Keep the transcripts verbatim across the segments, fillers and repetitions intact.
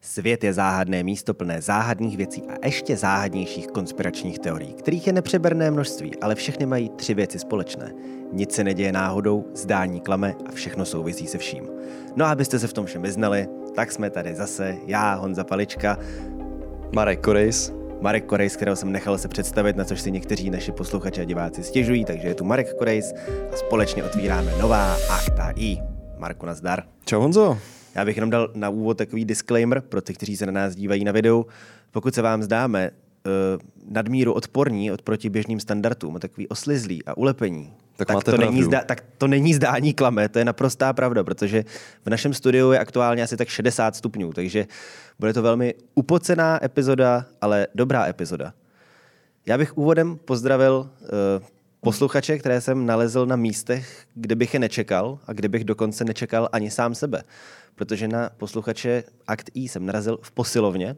Svět je záhadné místo plné záhadných věcí a ještě záhadnějších konspiračních teorií, kterých je nepřeberné množství, ale všechny mají tři věci společné. Nic se neděje náhodou, zdání klame a všechno souvisí se vším. No a abyste se v tom všem vyznali, tak jsme tady zase, já, Honza Palička, Marek Korejs. Marek Korejs, kterého jsem nechal se představit, na což si někteří naši posluchači a diváci stěžují, takže je tu Marek Korejs a společně otvíráme nová Akta I. Marku, nazdar. Čau Honzo. Já bych jenom dal na úvod takový disclaimer pro ty, kteří se na nás dívají na videu. Pokud se vám zdáme uh, nadmíru odporní oproti běžným standardům, takový oslizlý a ulepení, tak, tak, to není zdá, tak to není zdání klame, to je naprostá pravda, protože v našem studiu je aktuálně asi tak šedesát stupňů, takže bude to velmi upocená epizoda, ale dobrá epizoda. Já bych úvodem pozdravil uh, posluchače, které jsem nalezl na místech, kde bych je nečekal a kde bych dokonce nečekal ani sám sebe. Protože na posluchače Akt I jsem narazil v posilovně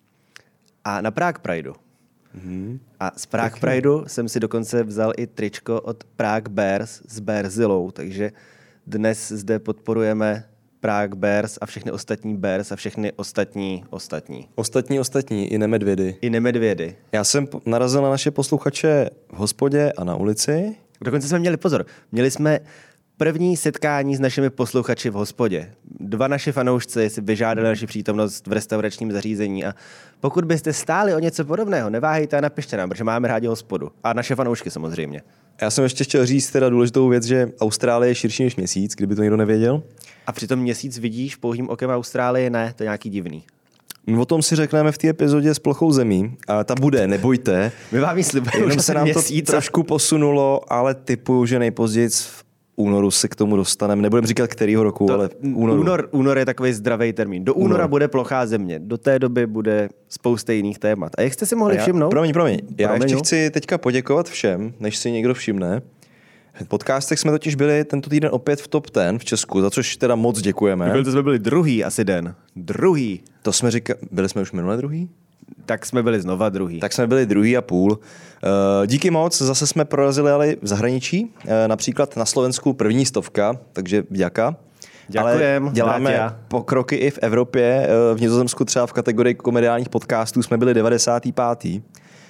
a na Prague Prideu. Mm-hmm. A z Prague Pěkně. Prideu jsem si dokonce vzal i tričko od Prague Bears s Bearzillou, takže dnes zde podporujeme Prague Bears a všechny ostatní Bears a všechny ostatní ostatní. Ostatní ostatní, i nemedvědy. I nemedvědy. Já jsem narazil na naše posluchače v hospodě a na ulici. Dokonce jsme měli pozor. Měli jsme první setkání s našimi posluchači v hospodě. Dva naši fanoušci si vyžádali naši přítomnost v restauračním zařízení a pokud byste stáli o něco podobného, neváhejte a napište nám, protože máme rádi hospodu. A naše fanoušky samozřejmě. Já jsem ještě chtěl říct teda důležitou věc, že Austrálie je širší než měsíc, kdyby to někdo nevěděl. A přitom měsíc vidíš pouhým okem Austrálie? Ne, to je nějaký divný. O tom si řekneme v té epizodě s plochou zemí. A ta bude, nebojte. My vám ji slibujeme, jenom se nám měsíc to trošku posunulo, ale typuju, že nejpozději v únoru se k tomu dostaneme. Nebudeme říkat kterýho roku, to, ale únoru. Únor, únor je takový zdravý termín. Do února únor. Bude plochá země. Do té doby bude spousta jiných témat. A jak jste si mohli já, všimnout? Promiň, promiň. Já promiň, ještě chci teďka poděkovat všem, než si někdo všimne. V podcastech jsme totiž byli tento týden opět v top deset v Česku, za což teda moc děkujeme. Byli, to jsme byli druhý asi den. Druhý. To jsme říkali, byli jsme už minule druhý? Tak jsme byli znova druhý. Tak jsme byli druhý a půl. Díky moc, zase jsme prorazili ale v zahraničí, například na Slovensku první stovka, takže vďaka. Děkujem. Ale děláme Zdratia. pokroky i v Evropě. V Nizozemsku třeba v kategorii komediálních podcastů jsme byli devadesátý pátý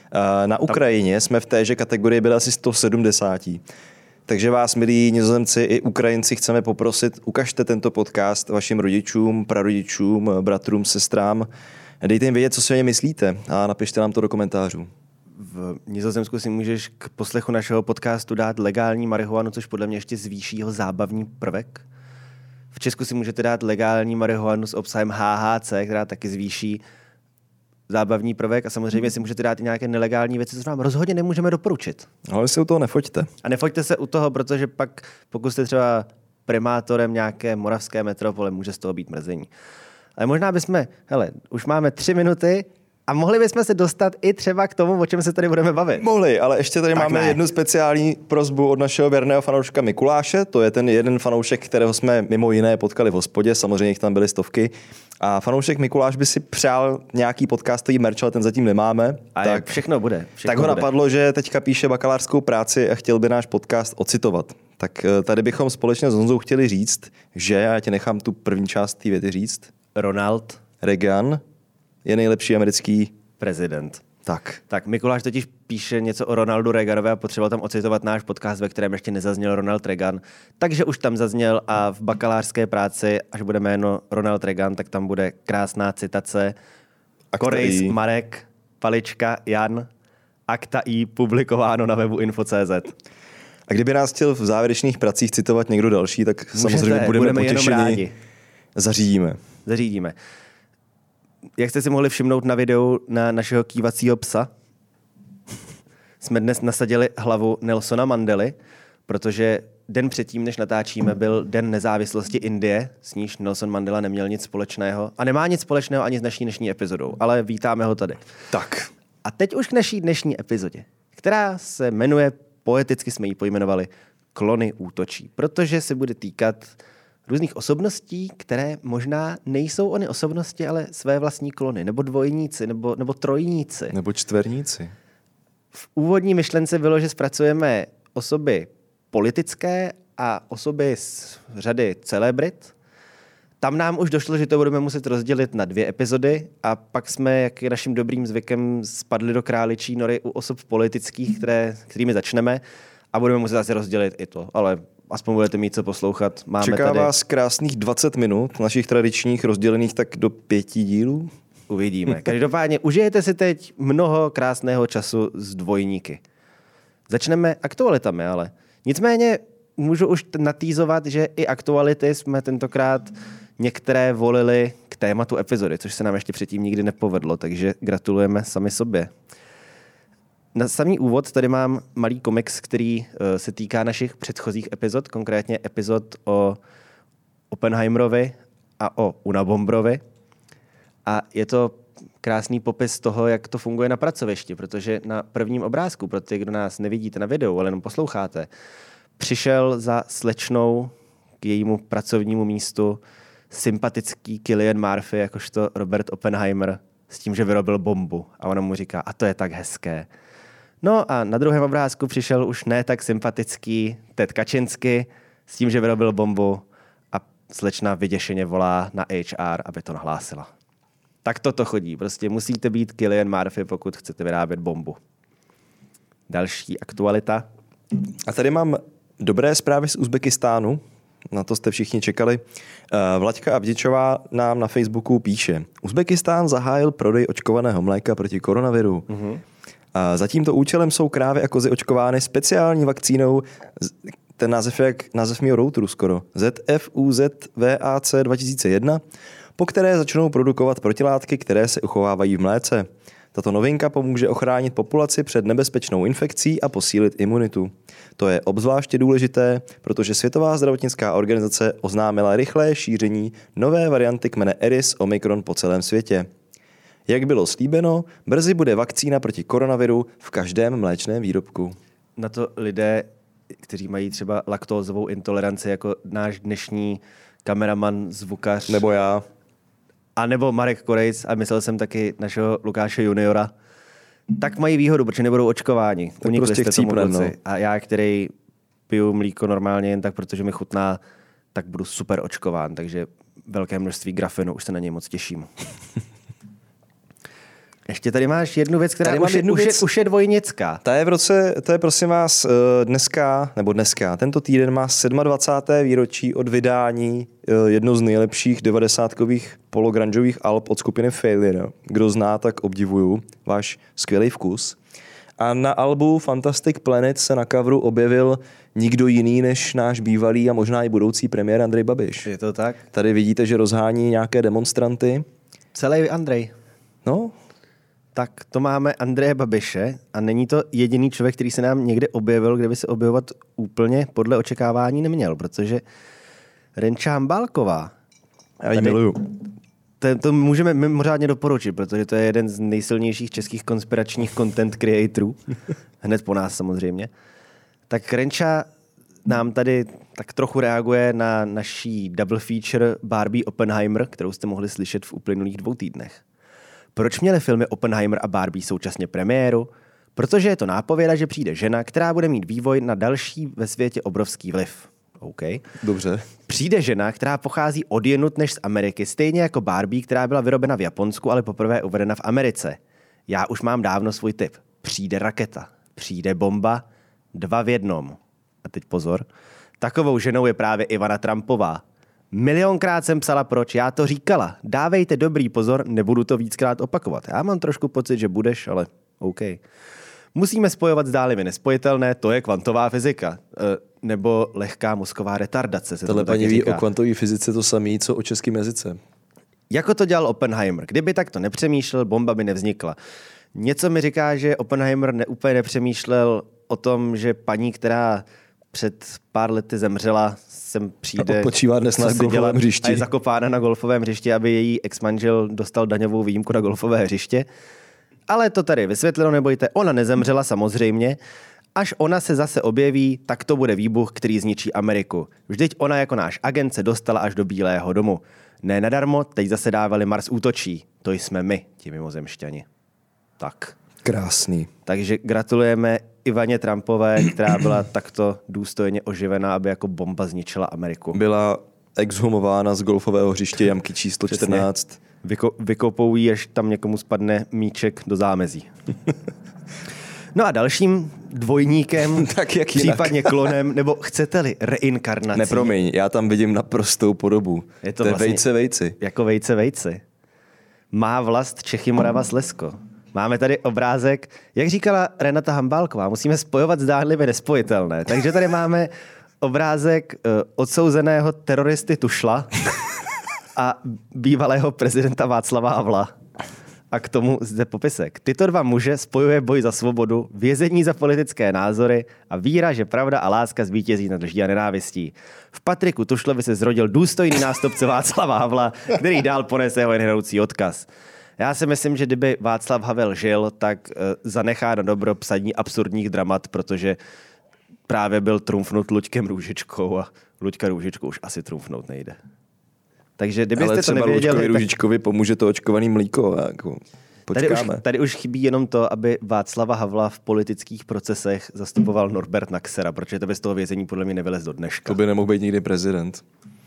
Na Ukrajině jsme v téže kategorii byli asi sto sedmdesátý Takže vás, milí Nizozemci i Ukrajinci, chceme poprosit, ukažte tento podcast vašim rodičům, prarodičům, bratrům, sestrám. Dejte jim vědět, co si o ně myslíte a napište nám to do komentářů. V Nizozemsku si můžeš k poslechu našeho podcastu dát legální marihuanu, což podle mě ještě zvýší jeho zábavní prvek. V Česku si můžete dát legální marihuanu s obsahem H H C, která taky zvýší zábavní prvek a samozřejmě si můžete dát i nějaké nelegální věci, co vám rozhodně nemůžeme doporučit. Ale si u toho nefoťte. A nefoťte se u toho, protože pak, pokud jste třeba primátorem nějaké moravské metropole, může z toho být mrzení. Ale možná bychom, hele, už máme tři minuty a mohli bychom se dostat i třeba k tomu, o čem se tady budeme bavit. Mohli, ale ještě tady tak máme ne. jednu speciální prosbu od našeho věrného fanouška Mikuláše. To je ten jeden fanoušek, kterého jsme mimo jiné potkali v hospodě, samozřejmě jich tam byly stovky. A fanoušek Mikuláš by si přál nějaký podcastový merch, ale ten zatím nemáme. A tak všechno bude. Všechno tak ho bude. napadlo, že teďka píše bakalářskou práci a chtěl by náš podcast ocitovat. Tak tady bychom společně s Honzou chtěli říct, že, já tě nechám tu první část té věty říct, Ronald Reagan je nejlepší americký prezident. Tak. Tak Mikuláš totiž píše něco o Ronaldu Reaganovi a potřeboval tam ocitovat náš podcast, ve kterém ještě nezazněl Ronald Reagan. Takže už tam zazněl a v bakalářské práci, až bude jméno Ronald Reagan, tak tam bude krásná citace. Korejs, Marek, Palička, Jan, Akta I, publikováno na webu info tečka cé zet. A kdyby nás chtěl v závěrečných pracích citovat někdo další, tak Můžete, samozřejmě budeme, budeme potěšení. Zařídíme. Zařídíme. Jak jste si mohli všimnout na videu na našeho kývacího psa, jsme dnes nasadili hlavu Nelsona Mandely, protože den předtím, než natáčíme, byl Den nezávislosti Indie, s níž Nelson Mandela neměl nic společného a nemá nic společného ani s naší dnešní epizodou, ale vítáme ho tady. Tak. A teď už k naší dnešní epizodě, která se jmenuje, poeticky jsme ji pojmenovali, Klony útočí, protože se bude týkat různých osobností, které možná nejsou ony osobnosti, ale své vlastní klony, nebo dvojníci, nebo, nebo trojníci. Nebo čtverníci. V úvodní myšlence bylo, že zpracujeme osoby politické a osoby z řady celebrit. Tam nám už došlo, že to budeme muset rozdělit na dvě epizody a pak jsme, jak je naším dobrým zvykem, spadli do králičí nory u osob politických, které, kterými začneme a budeme muset asi rozdělit i to, ale aspoň budete mít co poslouchat. Máme Čeká tady... vás krásných dvacet minut, našich tradičních rozdělených tak do pěti dílů. Uvidíme. Každopádně užijete si teď mnoho krásného času s dvojníky. Začneme aktualitami, ale nicméně můžu už natýzovat, že i aktuality jsme tentokrát některé volili k tématu epizody, což se nám ještě předtím nikdy nepovedlo, takže gratulujeme sami sobě. Na samý úvod tady mám malý komiks, který uh, se týká našich předchozích epizod, konkrétně epizod o Oppenheimerovi a o Unabombrovi. A je to krásný popis toho, jak to funguje na pracovišti, protože na prvním obrázku, pro ty, kdo nás nevidíte na videu, ale jenom posloucháte, přišel za slečnou k jejímu pracovnímu místu sympatický Cillian Murphy, jakožto Robert Oppenheimer, s tím, že vyrobil bombu. A ona mu říká, a to je tak hezké. No a na druhém obrázku přišel už ne tak sympatický Ted Kaczynski s tím, že vyrobil bombu a slečna vyděšeně volá na H R, aby to nahlásila. Tak toto chodí. Prostě musíte být Cillian Murphy, pokud chcete vyrábět bombu. Další aktualita. A tady mám dobré zprávy z Uzbekistánu. Na to jste všichni čekali. Vlaďka Avdičová nám na Facebooku píše. Uzbekistán zahájil prodej očkovaného mléka proti koronaviru. Mm-hmm. A za tímto účelem jsou krávy a kozy očkovány speciální vakcínou, ten název je jak název mého routeru skoro, Z F U Z V A C dva tisíce jedna, po které začnou produkovat protilátky, které se uchovávají v mléce. Tato novinka pomůže ochránit populaci před nebezpečnou infekcí a posílit imunitu. To je obzvláště důležité, protože Světová zdravotnická organizace oznámila rychlé šíření nové varianty kmene Eris Omikron po celém světě. Jak bylo slíbeno, brzy bude vakcína proti koronaviru v každém mléčném výrobku. Na to lidé, kteří mají třeba laktózovou intoleranci, jako náš dnešní kameraman, zvukař. Nebo já. A nebo Marek Korejc, a myslel jsem taky našeho Lukáše juniora, tak mají výhodu, protože nebudou očkováni. Tak prostě chcípnem, no. A já, který piju mlíko normálně jen tak, protože mi chutná, tak budu super očkován. Takže velké množství grafenu, už se na něj moc těším. Ještě tady máš jednu věc, která už, jednu už, věc, je, už je dvojnická. Ta je v roce, to je prosím vás dneska, nebo dneska, tento týden má dvacáté sedmé výročí od vydání jedno z nejlepších devadesátkových pologrungeových alb od skupiny Failure. Kdo zná, tak obdivuju váš skvělý vkus. A na albu Fantastic Planet se na coveru objevil nikdo jiný než náš bývalý a možná i budoucí premiér Andrej Babiš. Je to tak? Tady vidíte, že rozhání nějaké demonstranty. Celý Andrej. No, tak to máme Andreje Babiše a není to jediný člověk, který se nám někde objevil, kde by se objevovat úplně podle očekávání neměl, protože Renča Hambálková. Já ji miluju. To, to můžeme mimořádně doporučit, protože to je jeden z nejsilnějších českých konspiračních content creatorů. Hned po nás samozřejmě. Tak Renča nám tady tak trochu reaguje na naší double feature Barbie Oppenheimer, kterou jste mohli slyšet v uplynulých dvou týdnech. Proč měly filmy Oppenheimer a Barbie současně premiéru? Protože je to nápověda, že přijde žena, která bude mít vývoj na další ve světě obrovský vliv. OK. Dobře. Přijde žena, která pochází odjinud než z Ameriky, stejně jako Barbie, která byla vyrobena v Japonsku, ale poprvé uvedena v Americe. Já už mám dávno svůj tip. Přijde raketa, přijde bomba, dva v jednom. A teď pozor. Takovou ženou je právě Ivana Trumpová. Milionkrát jsem psala proč, já to říkala. Dávejte dobrý pozor, nebudu to víckrát opakovat. Já mám trošku pocit, že budeš, ale OK. Musíme spojovat zdálivě nespojitelné, to je kvantová fyzika. E, nebo lehká mozková retardace. Tohle paní ví o kvantové fyzice to samé, co o českém jazyce. Jako to dělal Oppenheimer. Kdyby takto nepřemýšlel, bomba by nevznikla. Něco mi říká, že Oppenheimer neúplně nepřemýšlel o tom, že paní, která před pár lety zemřela, sem přijde... A odpočívá dnes na golfovém hřišti. A je zakopána na golfovém hřišti, aby její ex-manžel dostal daňovou výjimku na golfové hřiště. Ale to tady vysvětleno, nebojte, ona nezemřela samozřejmě. Až ona se zase objeví, tak to bude výbuch, který zničí Ameriku. Vždyť ona jako náš agent se dostala až do Bílého domu. Ne nadarmo, teď zase dávali Mars útočí. To jsme my, ti mimozemšťani. Tak. Krásný. Takže gratulujeme Ivaně Trumpové, která byla takto důstojně oživená, aby jako bomba zničila Ameriku. Byla exhumována z golfového hřiště jamky číslo Přesně. čtrnáct. Vyko- vykopou ji, až tam někomu spadne míček do zámezí. No a dalším dvojníkem, Tak jak jinak. případně klonem, nebo chcete-li reinkarnací. Nepromiň, já tam vidím naprostou podobu. Je to to je vlastně vejce vejci. Jako vejce vejci. Má vlast Čechy, Morava, Slezsko. Máme tady obrázek, jak říkala Renata Hambálková, musíme spojovat zdánlivě nespojitelné. Takže tady máme obrázek uh, odsouzeného teroristy Tušla a bývalého prezidenta Václava Havla. A k tomu zde popisek. Tyto dva muže spojuje boj za svobodu, vězení za politické názory a víra, že pravda a láska zvítězí nad lží a nenávistí. V Patriku Tušlovi se zrodil důstojný nástupce Václava Havla, který dál ponese jeho inherující odkaz. Já si myslím, že kdyby Václav Havel žil, tak uh, zanechá na dobro psaní absurdních dramat, protože právě byl trumfnut Luďkem Růžičkou a Luďka Růžičkou už asi trumfnout nejde. Takže kdybyste Ale to třeba nevěděli, Luďkovi tak... Růžičkovi pomůže to očkovaný mlíko. Jako Tady už, počkáme. tady už chybí jenom to, aby Václava Havla v politických procesech zastupoval Norbert Naxera, protože to by z toho vězení podle mě nevylez do dneška. To by nemohl být nikdy prezident.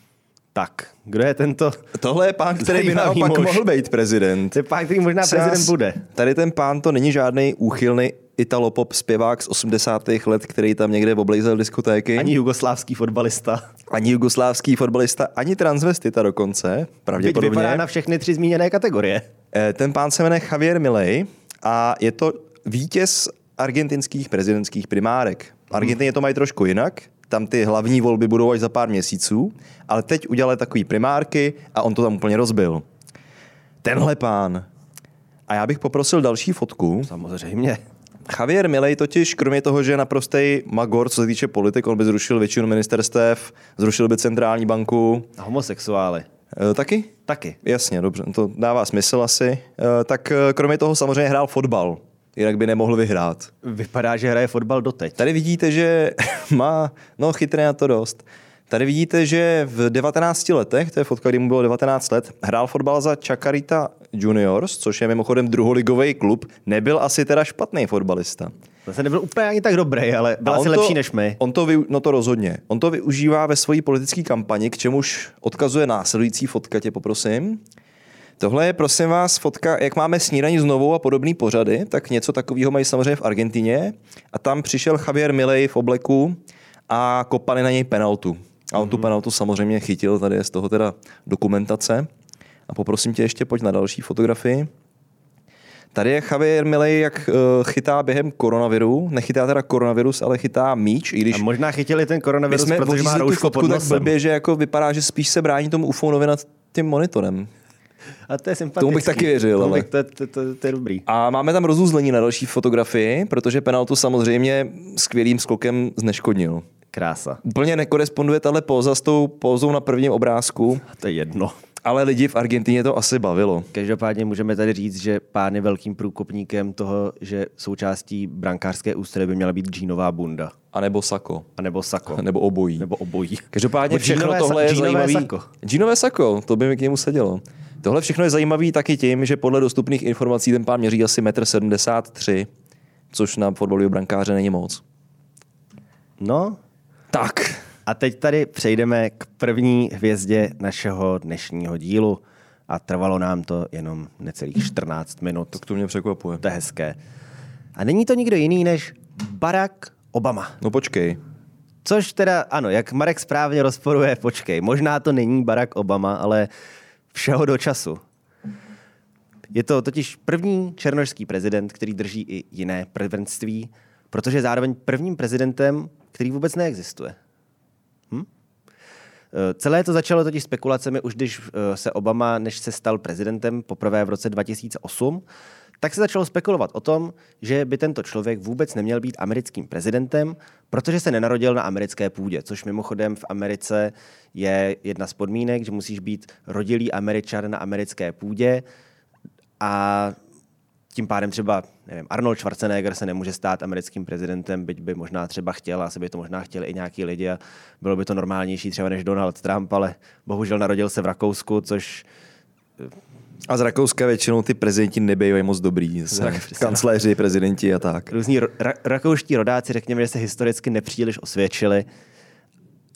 Tak, kdo je tento? Tohle je pán, který by Zajímavý naopak muž. mohl být prezident. To je pán, který možná Třeba prezident bude. Tady ten pán to není žádný úchylný italopop zpěvák z osmdesátých let, který tam někde oblejzel diskotéky. Ani jugoslávský fotbalista. ani jugoslávský fotbalista, ani transvestita dokonce, Byť pravděpodobně. vypadá na všechny tři zmíněné kategorie. Eh, Ten pán se jmenuje Javier Milei a je to vítěz argentinských prezidentských primárek. V Argentině to mají trošku jinak, tam ty hlavní volby budou až za pár měsíců, ale teď udělali takový primárky a on to tam úplně rozbil. Tenhle pán. A já bych poprosil další fotku. Samozřejmě. Javier Milei totiž, kromě toho, že je naprostej magor, co se týče politik, on by zrušil většinu ministerstev, zrušil by centrální banku. A homosexuály. E, taky? Taky. Jasně, dobře, to dává smysl asi. E, tak e, kromě toho samozřejmě hrál fotbal, jinak by nemohl vyhrát. Vypadá, že hraje fotbal doteď. Tady vidíte, že má, no chytré na to dost. Tady vidíte, že v devatenácti letech, to je fotka, kdy mu bylo devatenáct let, hrál fotbal za Chacarita Juniors, což je mimochodem druholigový klub. Nebyl asi teda špatný fotbalista. Zase nebyl úplně ani tak dobrý, ale byl A asi on to- lepší než my. On to, vy, no to rozhodně. On to využívá ve své politické kampani, k čemuž odkazuje následující fotka, tě poprosím. Tohle je, prosím vás, fotka, jak máme snídaní znovu a podobný pořady, tak něco takového mají samozřejmě v Argentině. A tam přišel Javier Milei v obleku a kopali na něj penaltu. A on mm-hmm. tu penaltu samozřejmě chytil, tady je z toho teda dokumentace. A poprosím tě ještě, pojď na další fotografii. Tady je Javier Milei, jak uh, chytá během koronaviru. Nechytá teda koronavirus, ale chytá míč, i když... A možná chytili ten My koronavirus, jsme protože má odřízli tu rouško pod fotku tak nosem. blbě, že jako vypadá, že spíš se brání tomu ufounovi nad tím monitorem. A to je sympatický. Tomu bych taky věřil, Tomu ale- bych, to, to, to, to je dobrý. A máme tam rozuzlení na další fotografii, protože penaltu samozřejmě skvělým skokem zneškodnil. Krása. Úplně nekoresponduje tahle póza s tou pózou na prvním obrázku, To je jedno. ale lidi v Argentině to asi bavilo. Každopádně můžeme tady říct, že pán je velkým průkopníkem toho, že součástí brankářské ústroje by měla být džínová bunda. A nebo sako. A nebo sako. Nebo obojí. Nebo obojí. Každopádně Nebo všechno džínové tohle sa- je džínové zajímavý. sako. Džínové sako, to by mi k němu sedělo. Tohle všechno je zajímavý taky tím, že podle dostupných informací ten pán měří asi metr sedmdesát tři, což na fotbalového brankáře není moc. No, Tak. a teď tady přejdeme k první hvězdě našeho dnešního dílu. A trvalo nám to jenom necelých čtrnáct minut. Tak to mě překvapuje. To je hezké. A není to nikdo jiný než Barack Obama. No počkej. Což teda, ano, jak Marek správně rozporuje, počkej, možná to není Barack Obama, ale všeho do času. Je to totiž první černošský prezident, který drží i jiné prvenství, protože je zároveň prvním prezidentem, který vůbec neexistuje. Hm? Celé to začalo totiž spekulacemi už když se Obama, než se stal prezidentem poprvé v roce dva tisíce osm, tak se začalo spekulovat o tom, že by tento člověk vůbec neměl být americkým prezidentem, protože se nenarodil na americké půdě, což mimochodem v Americe je jedna z podmínek, že musíš být rodilý Američan na americké půdě a tím pádem třeba, nevím, Arnold Schwarzenegger se nemůže stát americkým prezidentem, byť by možná třeba chtěl, asi by to možná chtěli i nějaký lidi a bylo by to normálnější třeba než Donald Trump, ale bohužel narodil se v Rakousku, což A z Rakouska většinou ty prezidenti nebývají moc dobrý. Zase kancléři, prezidenti a tak. různí ra- rakouští rodáci, řekněme, že se historicky nepříliš osvědčili.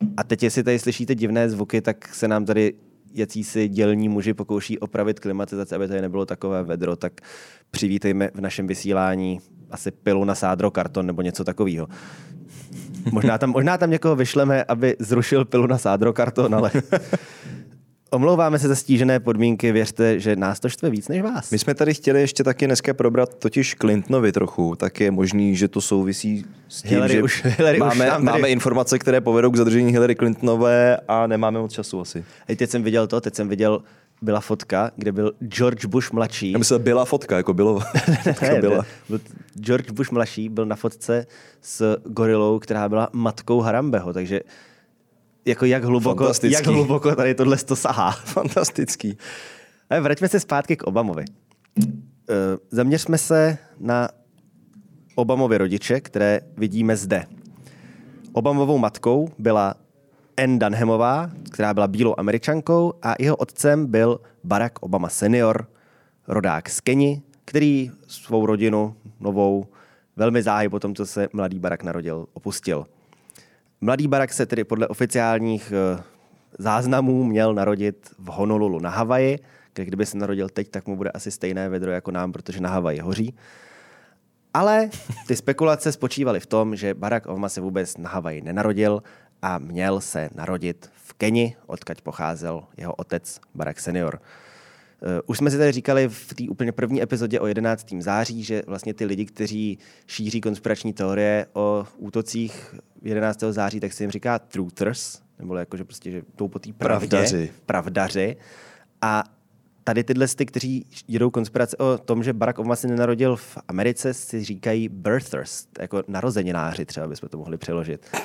A teď, jestli tady slyšíte divné zvuky, tak se nám tady jacísi dělní muži pokouší opravit klimatizaci, aby tady nebylo takové vedro, tak přivítejme v našem vysílání asi pilu na sádro karton nebo něco takového. Možná tam, možná tam někoho vyšleme, aby zrušil pilu na sádro karton, ale omlouváme se za stížené podmínky, věřte, že nás to štve víc než vás. My jsme tady chtěli ještě taky dneska probrat totiž Clintonovi trochu, tak je možný, že to souvisí s tím, Hillary že už, Hillary máme, už tady... máme informace, které povedou k zadržení Hillary Clintonové a nemáme moc času asi. Hej, teď jsem viděl to, teď jsem viděl, byla fotka, kde byl George Bush mladší. Já myslím, byla fotka, jako bylo. ne, byla. Byl George Bush mladší byl na fotce s gorilou, která byla matkou Harambeho, takže jako jak hluboko, jak hluboko tady tohle to sahá. Fantastický. Ale vraťme se zpátky k Obamovi. Uh, zaměřme se na Obamovy rodiče, které vidíme zde. Obamovou matkou byla Anne Dunhamová, která byla bílou Američankou, a jeho otcem byl Barack Obama senior, rodák z Keni, který svou rodinu novou velmi záhy po tom, co se mladý Barack narodil, opustil. Mladý Barack se tedy podle oficiálních uh, záznamů měl narodit v Honolulu na Havaji, kde kdyby se narodil teď, tak mu bude asi stejné vedro jako nám, protože na Havaji hoří. Ale ty spekulace spočívaly v tom, že Barack Obama se vůbec na Havaji nenarodil a měl se narodit v Keni, odkud pocházel jeho otec Barack senior. Uh, už jsme si tady říkali v té úplně první epizodě o jedenáctého září, že vlastně ty lidi, kteří šíří konspirační teorie o útocích jedenáctého září, tak se jim říká truthers, nebo jako, že prostě že jdou po té pravdě. Pravdaři. Pravdaři. A tady tyhle ty, kteří jedou konspirace o tom, že Barack Obama se nenarodil v Americe, si říkají birthers, jako narozenináři třeba bychom to mohli přeložit. uh,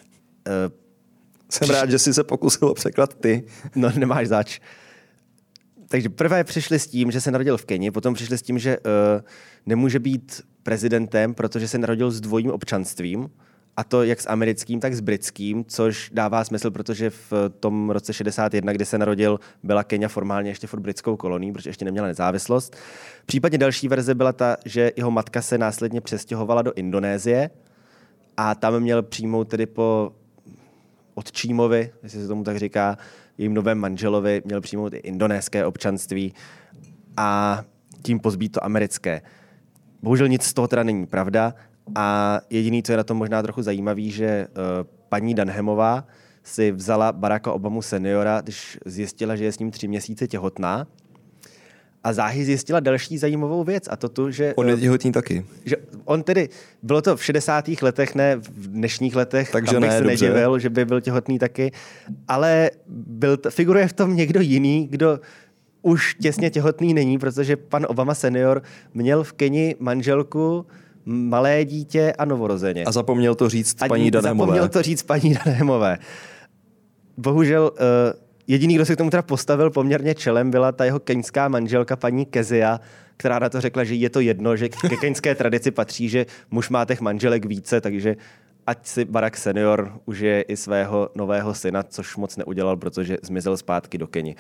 Jsem rád, že jsi se pokusil o překlad ty. No, nemáš zač. Takže prvé přišli s tím, že se narodil v Keni, potom přišli s tím, že uh, nemůže být prezidentem, protože se narodil s dvojím občanstvím, a to jak s americkým, tak s britským, což dává smysl, protože v tom roce šedesát jedna, kdy se narodil, byla Kenia formálně ještě furt britskou kolonií, protože ještě neměla nezávislost. Případně další verze byla ta, že jeho matka se následně přestěhovala do Indonésie a tam měl přijmout tedy po otčímovi, jestli se tomu tak říká, jejím novém manželovi, měl přijmout i indonéské občanství a tím pozbít to americké. Bohužel nic z toho teda není pravda a jediný, co je na tom možná trochu zajímavý, že uh, paní Dunhamová si vzala Baracka Obamu seniora, když zjistila, že je s ním tři měsíce těhotná, a záhy zjistila další zajímavou věc, a to tu, že... On je těhotný taky. Že on tedy, bylo to v šedesátých letech, ne v dnešních letech, takže tam bych ne, se dobře. nedivil, že by byl těhotný taky, ale byl t- figuruje v tom někdo jiný, kdo už těsně těhotný není, protože pan Obama senior měl v Keni manželku, malé dítě a novorozeně. A zapomněl to říct a paní Dunhamové. Zapomněl to říct paní Dunhamové. Bohužel uh, jediný, kdo se k tomu teda postavil poměrně čelem, byla ta jeho keňská manželka paní Kezia, která na to řekla, že je to jedno, že ke keňské tradici patří, že muž má těch manželek více, takže ať si Barack senior užije i svého nového syna, což moc neudělal, protože zmizel zpátky do Keni.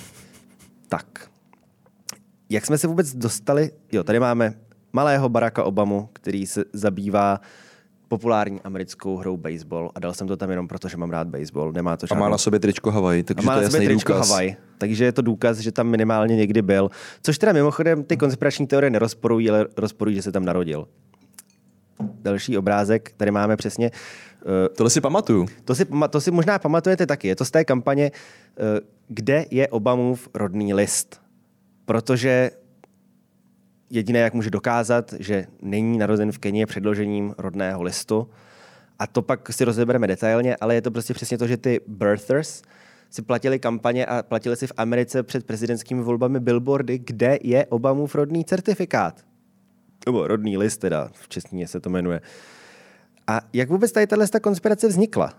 Tak. Jak jsme se vůbec dostali? Jo, tady máme malého Baracka Obamu, který se zabývá populární americkou hrou baseball, a dal jsem to tam jenom proto, že mám rád baseball. Nemá to žádnou... A má na sobě tričko Havaj, takže má to je jasný tričko důkaz. Havaj, takže je to důkaz, že tam minimálně někdy byl. Což teda mimochodem ty konspirační teorie nerozporují, ale rozporují, že se tam narodil. Další obrázek, tady máme přesně... Uh, Tohle si pamatuju. To si, to si možná pamatujete taky. Je to z té kampaně, uh, kde je Obamův rodný list. Protože jediné, jak může dokázat, že není narozen v Keni, je předložením rodného listu. A to pak si rozebereme detailně, ale je to prostě přesně to, že ty birthers si platili kampaně a platili si v Americe před prezidentskými volbami billboardy, kde je Obamův rodný certifikát. Nebo rodný list teda, v češtině se to jmenuje. A jak vůbec tady tato konspirace vznikla?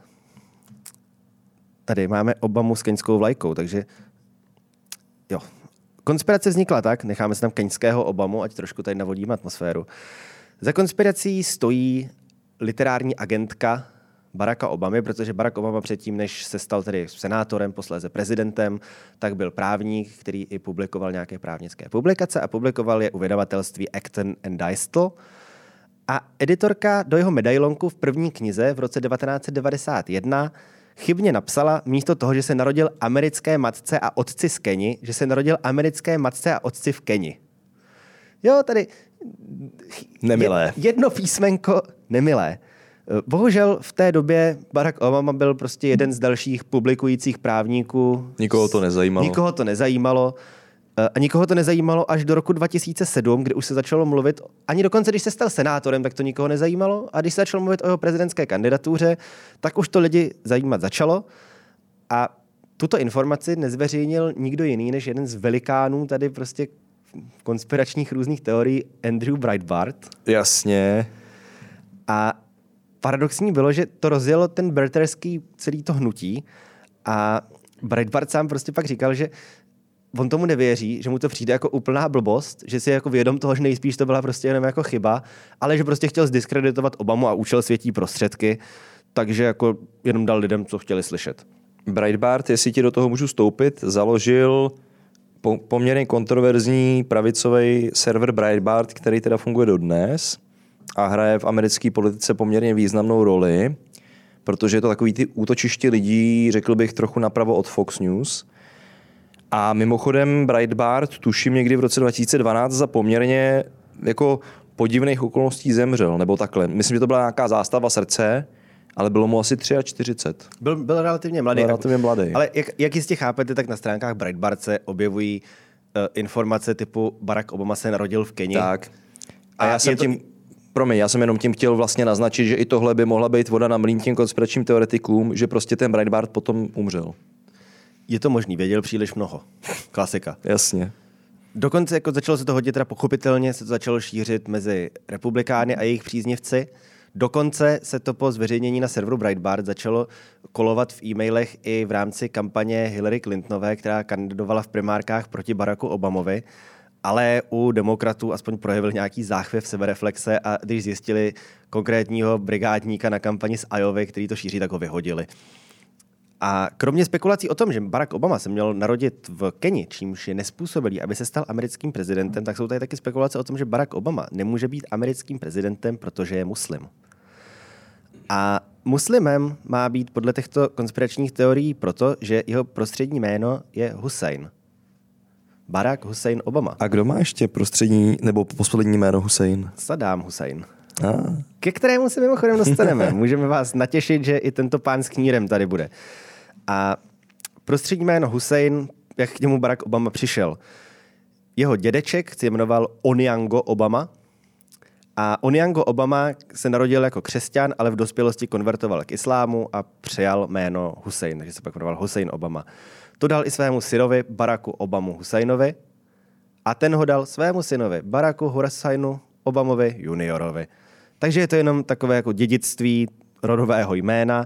Tady máme Obamu s keňskou vlajkou, takže jo. Konspirace vznikla tak, necháme se tam keňského Obamu, ať trošku tady navodíme atmosféru. Za konspirací stojí literární agentka Baracka Obamy, protože Barack Obama předtím, než se stal tedy senátorem, posléze prezidentem, tak byl právník, který i publikoval nějaké právnické publikace a publikoval je u vydavatelství Acton and Dystel. A editorka do jeho medailonku v první knize v roce devatenáct set devadesát jedna chybně napsala místo toho, že se narodil americké matce a otci z Keni, že se narodil americké matce a otci v Keni. Jo, tady... Nemilé. Jedno písmenko nemilé. Bohužel v té době Barack Obama byl prostě jeden z dalších publikujících právníků. Nikoho to nezajímalo. Nikoho to nezajímalo. A nikoho to nezajímalo až do roku dva tisíce sedm, kdy už se začalo mluvit, ani dokonce, když se stal senátorem, tak to nikoho nezajímalo. A když se začalo mluvit o jeho prezidentské kandidatuře, tak už to lidi zajímat začalo. A tuto informaci nezveřejnil nikdo jiný, než jeden z velikánů tady prostě konspiračních různých teorií, Andrew Breitbart. Jasně. A paradoxní bylo, že to rozjelo ten birtherský celý to hnutí a Breitbart sám prostě pak říkal, že on tomu nevěří, že mu to přijde jako úplná blbost, že si je jako vědom toho, že nejspíš to byla prostě jenom jako chyba, ale že prostě chtěl zdiskreditovat Obamu a účel světí prostředky, takže jako jenom dal lidem, co chtěli slyšet. Breitbart, jestli ti do toho můžu stoupit, založil po- poměrně kontroverzní pravicový server Breitbart, který teda funguje dodnes a hraje v americké politice poměrně významnou roli, protože je to takový ty útočiště lidí, řekl bych trochu napravo od Fox News. A mimochodem Breitbart, tuším někdy v roce dva tisíce dvanáct, za poměrně jako podivných okolností zemřel, nebo takhle. Myslím, že to byla nějaká zástava srdce, ale bylo mu asi čtyřicet tři. Byl, byl relativně mladý. Byl relativně mladý. Ale jak, jak jistě chápete, tak na stránkách Breitbart se objevují uh, informace typu Barack Obama se narodil v Keni. Tak. A, a já jsem to... tím, promiň, já jsem jenom tím chtěl vlastně naznačit, že i tohle by mohla být voda na mlýn těm konspiračním teoretikům, že prostě ten Breitbart potom umřel. Je to možný, věděl příliš mnoho. Klasika. Jasně. Dokonce jako začalo se to hodně, teda pochopitelně se to začalo šířit mezi republikány a jejich příznivci. Dokonce se to po zveřejnění na serveru Breitbart začalo kolovat v e-mailech i v rámci kampaně Hillary Clintonové, která kandidovala v primárkách proti Baracku Obamovi, ale u demokratů aspoň projevil nějaký záchvěv sebereflexe a když zjistili konkrétního brigádníka na kampani z Iovy, který to šíří, tak ho vyhodili. A kromě spekulací o tom, že Barack Obama se měl narodit v Keni, čímž je nespůsobilý, aby se stal americkým prezidentem, tak jsou tady taky spekulace o tom, že Barack Obama nemůže být americkým prezidentem, protože je muslim. A muslimem má být podle těchto konspiračních teorií proto, že jeho prostřední jméno je Hussein. Barack Hussein Obama. A kdo má ještě prostřední nebo poslední jméno Hussein? Saddam Hussein. Ah. Ke kterému se mimochodem dostaneme. Můžeme vás natěšit, že i tento pán s knírem tady bude. A prostřední jméno Hussein, jak k němu Barack Obama přišel. Jeho dědeček se jmenoval Onyango Obama a Onyango Obama se narodil jako křesťan, ale v dospělosti konvertoval k islámu a přijal jméno Hussein, takže se pak jmenoval Hussein Obama. To dal i svému synovi Baracku Obamu Husseinovi a ten ho dal svému synovi Baracku Husseinu Obamovi juniorovi. Takže je to jenom takové jako dědictví rodového jména,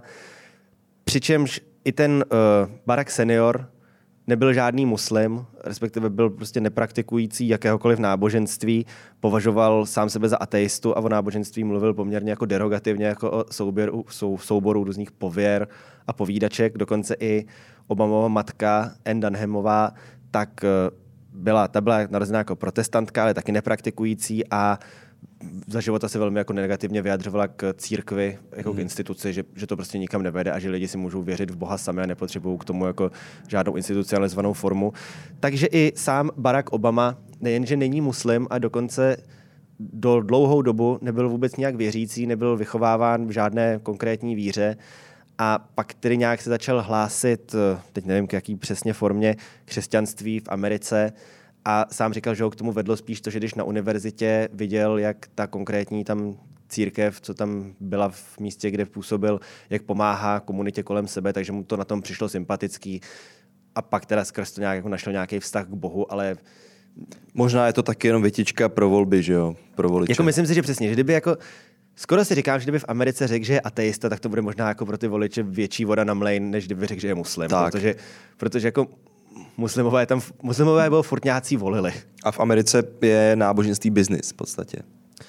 přičemž i ten uh, Barack senior nebyl žádný muslim, respektive byl prostě nepraktikující jakéhokoliv náboženství, považoval sám sebe za ateistu a o náboženství mluvil poměrně jako derogativně, jako o souběru, sou, souboru různých pověr a povídaček. Dokonce i Obamova matka Anne Dunhamová, tak uh, byla, ta byla narozená jako protestantka, ale taky nepraktikující a za života se velmi jako negativně vyjadřovala k církvi, jako hmm. k instituci, že, že to prostě nikam nevede a že lidi si můžou věřit v Boha sami a nepotřebují k tomu jako žádnou institucionalizovanou formu. Takže i sám Barack Obama nejenže není muslim a dokonce do dlouhou dobu nebyl vůbec nějak věřící, nebyl vychováván v žádné konkrétní víře a pak tedy nějak se začal hlásit, teď nevím k jaký přesně formě, křesťanství v Americe. A sám říkal, že ho k tomu vedlo spíš to, že když na univerzitě viděl, jak ta konkrétní tam církev, co tam byla v místě, kde působil, jak pomáhá komunitě kolem sebe, takže mu to na tom přišlo sympatický. A pak teda skrz to nějak jako našel nějaký vztah k Bohu, ale... Možná je to taky jenom větička pro volby, že jo? Pro voliče. Jako myslím si, že přesně, že kdyby jako... Skoro si říkám, že kdyby v Americe řekl, že je ateista, tak to bude možná jako pro ty voliče větší voda na mlejn, než kdyby řekl, že je muslim. Tak. Protože, protože jako muslimové tam, muslimové bylo furt nějací volili. A v Americe je náboženství business v podstatě.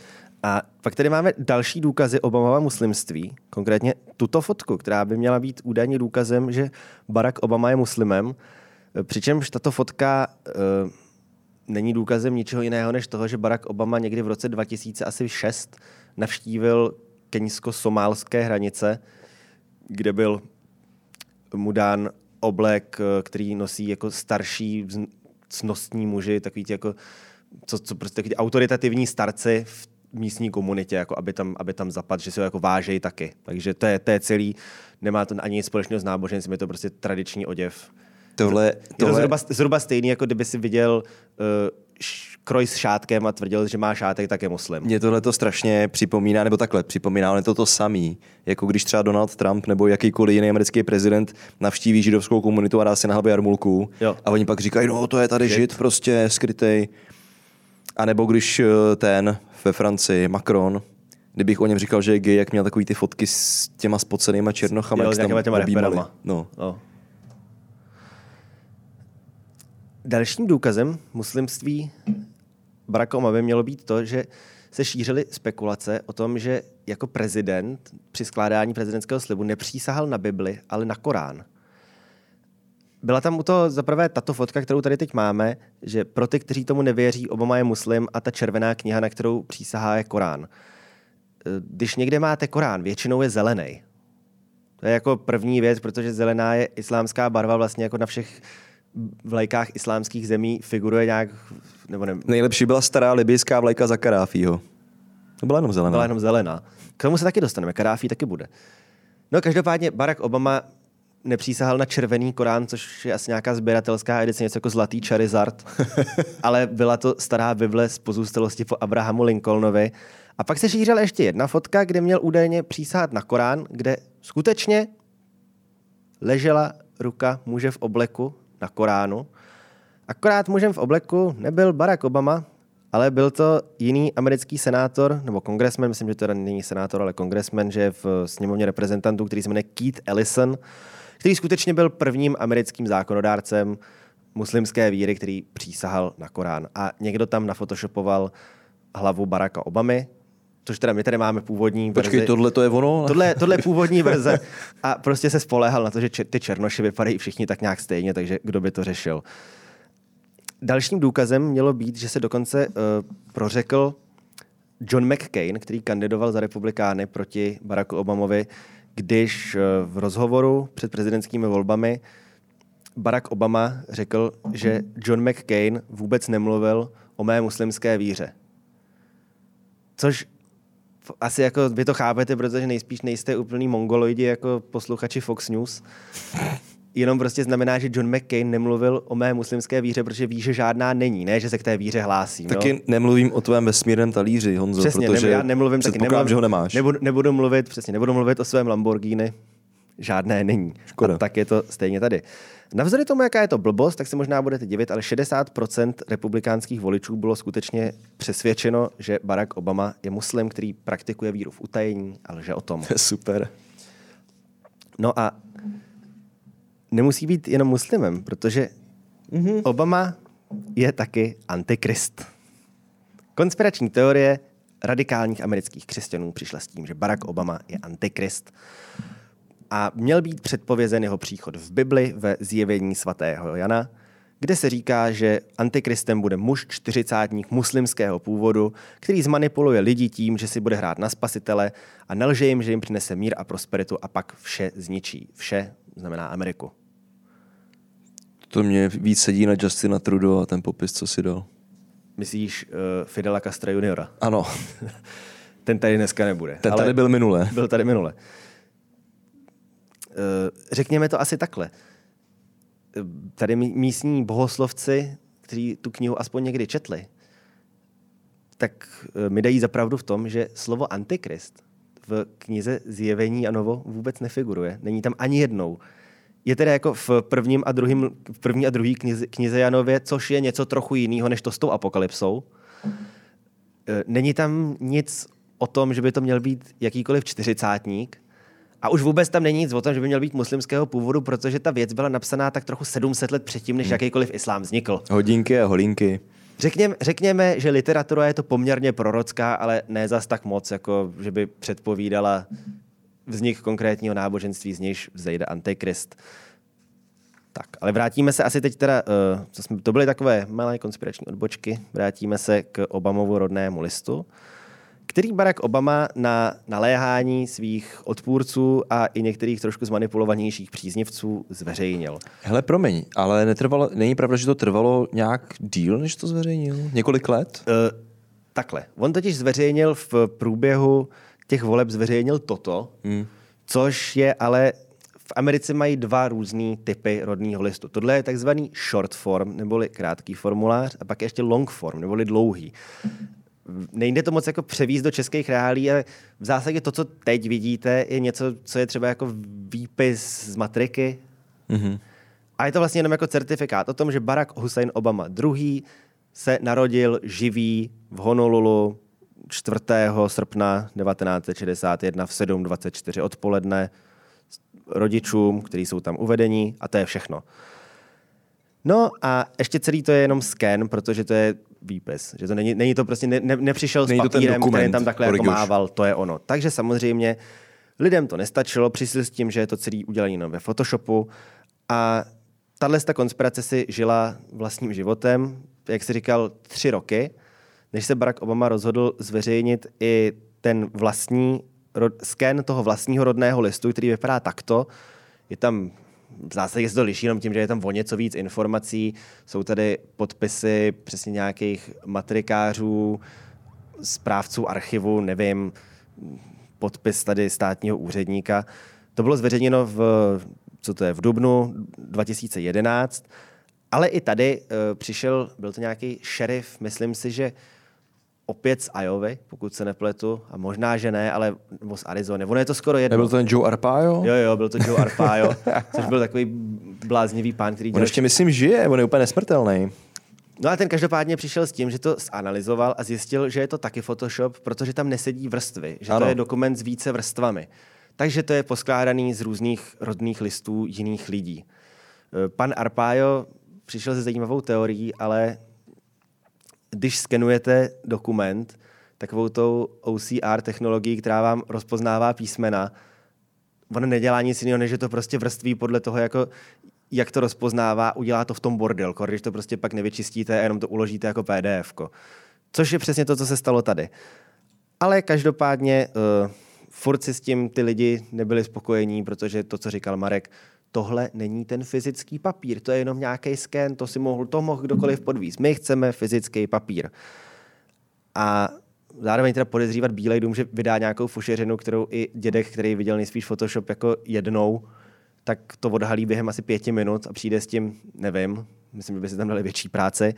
A pak tady máme další důkazy Obamova muslimství, konkrétně tuto fotku, která by měla být údajně důkazem, že Barack Obama je muslimem, přičemž tato fotka e, není důkazem ničeho jiného, než toho, že Barack Obama někdy v roce dva tisíce šest navštívil keňsko-somálské hranice, kde byl mu dán oblek, který nosí jako starší cnostní muži, takový ti jako, co, co prostě takový autoritativní starci v místní komunitě, jako aby tam, aby tam zapadl, že se ho jako vážejí taky. Takže to je, to je celý, nemá to ani nic společného s náboženstvím, je to prostě tradiční oděv. Tohle, je tohle... to zhruba, zhruba stejný, jako kdyby si viděl uh, š, kroj s šátkem a tvrdil, že má šátek, tak je muslim. Mě tohle to strašně připomíná, nebo takhle, připomíná, ale to to samý, jako když třeba Donald Trump nebo jakýkoliv jiný americký prezident navštíví židovskou komunitu a dá si na hlavě jarmulku jo. a oni pak říkají, no to je tady žid, žid prostě skrytej. A nebo když ten ve Francii, Macron, kdybych o něm říkal, že je gay, jak měl takový ty fotky s těma spocenýma černochama, jo, jak se tam objímali. No. No. Dalším důkazem muslimství Baracka Obamy mělo být to, že se šířily spekulace o tom, že jako prezident při skládání prezidentského slibu nepřísahal na Bibli, ale na Korán. Byla tam u toho zaprvé tato fotka, kterou tady teď máme, že pro ty, kteří tomu nevěří, Obama je muslim a ta červená kniha, na kterou přísahá, je Korán. Když někde máte Korán, většinou je zelený. To je jako první věc, protože zelená je islámská barva, vlastně jako na všech vlajkách islámských zemí figuruje nějak, nebo ne... Nejlepší byla stará libijská vlajka za Kadáfího. To byla jenom zelená. Byla jenom zelená. K tomu se taky dostaneme, Kadáfí taky bude. No každopádně Barack Obama nepřísahal na červený Korán, což je asi nějaká sběratelská edice, něco jako zlatý Charizard, ale byla to stará Bible z pozůstalosti po Abrahamu Lincolnovi. A pak se šířila ještě jedna fotka, kde měl údajně přísahat na Korán, kde skutečně ležela ruka muže v obleku na Koránu. Akorát mužem v obleku nebyl Barack Obama, ale byl to jiný americký senátor, nebo kongresmen, myslím, že to není senátor, ale kongresmen, že je v sněmovně reprezentantů, který se jmenuje Keith Ellison, který skutečně byl prvním americkým zákonodárcem muslimské víry, který přísahal na Korán. A někdo tam nafotoshopoval hlavu Baracka Obamy, což teda my tady máme původní verzi. Počkej, tohle to je ono? Tohle, tohle je původní verze. A prostě se spoléhal na to, že ty černoši vypadají všichni tak nějak stejně, takže kdo by to řešil. Dalším důkazem mělo být, že se dokonce uh, prořekl John McCain, který kandidoval za republikány proti Baracku Obamovi, když uh, v rozhovoru před prezidentskými volbami Barack Obama řekl, že John McCain vůbec nemluvil o mé muslimské víře. Což asi jako vy to chápete, protože nejspíš nejste úplný mongoloidi jako posluchači Fox News. Jenom prostě znamená, že John McCain nemluvil o mé muslimské víře, protože ví, že žádná není, ne, že se k té víře hlásím. Taky no? Nemluvím o tvém vesmírném talíři, Honzo, přesně, protože já nemluvím, taky nemluvím, že ho nemáš. Nebudu, nebudu mluvit, přesně, nebudu mluvit o svém Lamborghini. Žádné není. Škoda. A tak je to stejně tady. Navzdory tomu, jaká je to blbost, tak se možná budete divit, ale šedesát procent republikánských voličů bylo skutečně přesvědčeno, že Barack Obama je muslim, který praktikuje víru v utajení a lže o tom. Super. No a nemusí být jenom muslimem, protože mm-hmm. Obama je taky antikrist. Konspirační teorie radikálních amerických křesťanů přišla s tím, že Barack Obama je antikrist. A měl být předpovězen jeho příchod v Bibli ve Zjevení svatého Jana, kde se říká, že antikristem bude muž čtyřicátník muslimského původu, který zmanipuluje lidi tím, že si bude hrát na spasitele a nelže jim, že jim přinese mír a prosperitu a pak vše zničí. Vše znamená Ameriku. To mě víc sedí na Justina Trudeau a ten popis, co si dal. Myslíš uh, Fidela Castra juniora? Ano. Ten tady dneska nebude. Ten tady byl minule. Byl tady minule. Řekněme to asi takhle. Tady místní bohoslovci, kteří tu knihu aspoň někdy četli, tak mi dají za pravdu v tom, že slovo antikrist v knize Zjevení Janovo vůbec nefiguruje. Není tam ani jednou. Je tedy jako v prvním a druhým, v první a druhý knize, knize Janově, což je něco trochu jiného, než to s tou apokalypsou. Není tam nic o tom, že by to měl být jakýkoliv čtyřicátník. A už vůbec tam není nic o tom, že by měl být muslimského původu, protože ta věc byla napsaná tak trochu sedm set let předtím, než jakýkoliv islám vznikl. Hodinky a holínky. Řekněme, řekněme, že literatura je to poměrně prorocká, ale ne zas tak moc, jako že by předpovídala vznik konkrétního náboženství, z nějž vzejde antikrist. Tak, ale vrátíme se asi teď teda, uh, co jsme, to byly takové malé konspirační odbočky, vrátíme se k Obamovu rodnému listu. který Barack Obama na naléhání svých odpůrců a i některých trošku zmanipulovanějších příznivců zveřejnil. Hele, promiň, ale netrvalo, není pravda, že to trvalo nějak díl, než to zveřejnil? Několik let? Uh, takhle. On totiž zveřejnil v průběhu těch voleb zveřejnil toto, hmm. což je ale v Americe mají dva různý typy rodného listu. Tohle je takzvaný short form, neboli krátký formulář, a pak ještě long form, neboli dlouhý. Nejde to moc jako převízt do českých reálí, ale v zásadě to, co teď vidíte, je něco, co je třeba jako výpis z matriky. Mm-hmm. A je to vlastně jenom jako certifikát o tom, že Barack Hussein Obama druhý se narodil živý v Honolulu čtvrtého srpna devatenáct set šedesát jedna v sedm dvacet čtyři odpoledne rodičům, kteří jsou tam uvedení, a to je všechno. No a ještě celý to je jenom scan, protože to je výpis. Že to není, není to prostě, ne, nepřišel není s papírem, dokument, který tam takhle jako mával, to je ono. Takže samozřejmě lidem to nestačilo, přišli s tím, že je to celý udělané jenom ve Photoshopu a tahle konspirace si žila vlastním životem, jak jsi říkal, tři roky, než se Barack Obama rozhodl zveřejnit i ten vlastní scan toho vlastního rodného listu, který vypadá takto. Je tam, v zásadě se to liší jenom tím, že je tam o něco víc informací. Jsou tady podpisy přesně nějakých matrikářů, správců archivu, nevím, podpis tady státního úředníka. To bylo zveřejněno v, co to je, v dubnu dva tisíce jedenáct, ale i tady uh, přišel, byl to nějaký šerif, myslím si, že opět z Iovy, pokud se nepletu, a možná, že ne, ale nebo z Arizony. Ono je to skoro jedno. Nebyl to ten Joe Arpaio? Jo, jo, byl to Joe Arpaio, což byl takový bláznivý pán, který... On ještě, myslím, žije, on je úplně nesmrtelný. No a ten každopádně přišel s tím, že to zanalyzoval a zjistil, že je to taky Photoshop, protože tam nesedí vrstvy, že ano. To je dokument s více vrstvami. Takže to je poskládaný z různých rodných listů jiných lidí. Pan Arpaio přišel se zajímavou teorií, ale když skenujete dokument takovou tou O C R technologií, která vám rozpoznává písmena, ono nedělá nic jiného, než že to prostě vrství podle toho, jako, jak to rozpoznává, udělá to v tom bordelko, když to prostě pak nevyčistíte a jenom to uložíte jako P D F ko. Což je přesně to, co se stalo tady. Ale každopádně uh, furt si s tím ty lidi nebyli spokojení, protože to, co říkal Marek, tohle není ten fyzický papír, to je jenom nějaký sken, to si mohl, to mohl kdokoliv podvízt. My chceme fyzický papír. A zároveň teda podezřívat Bílej dům, že vydá nějakou fušeřinu, kterou i dědek, který viděl nejspíš Photoshop jako jednou, tak to odhalí během asi pěti minut a přijde s tím, nevím, myslím, že by se tam dali větší práce.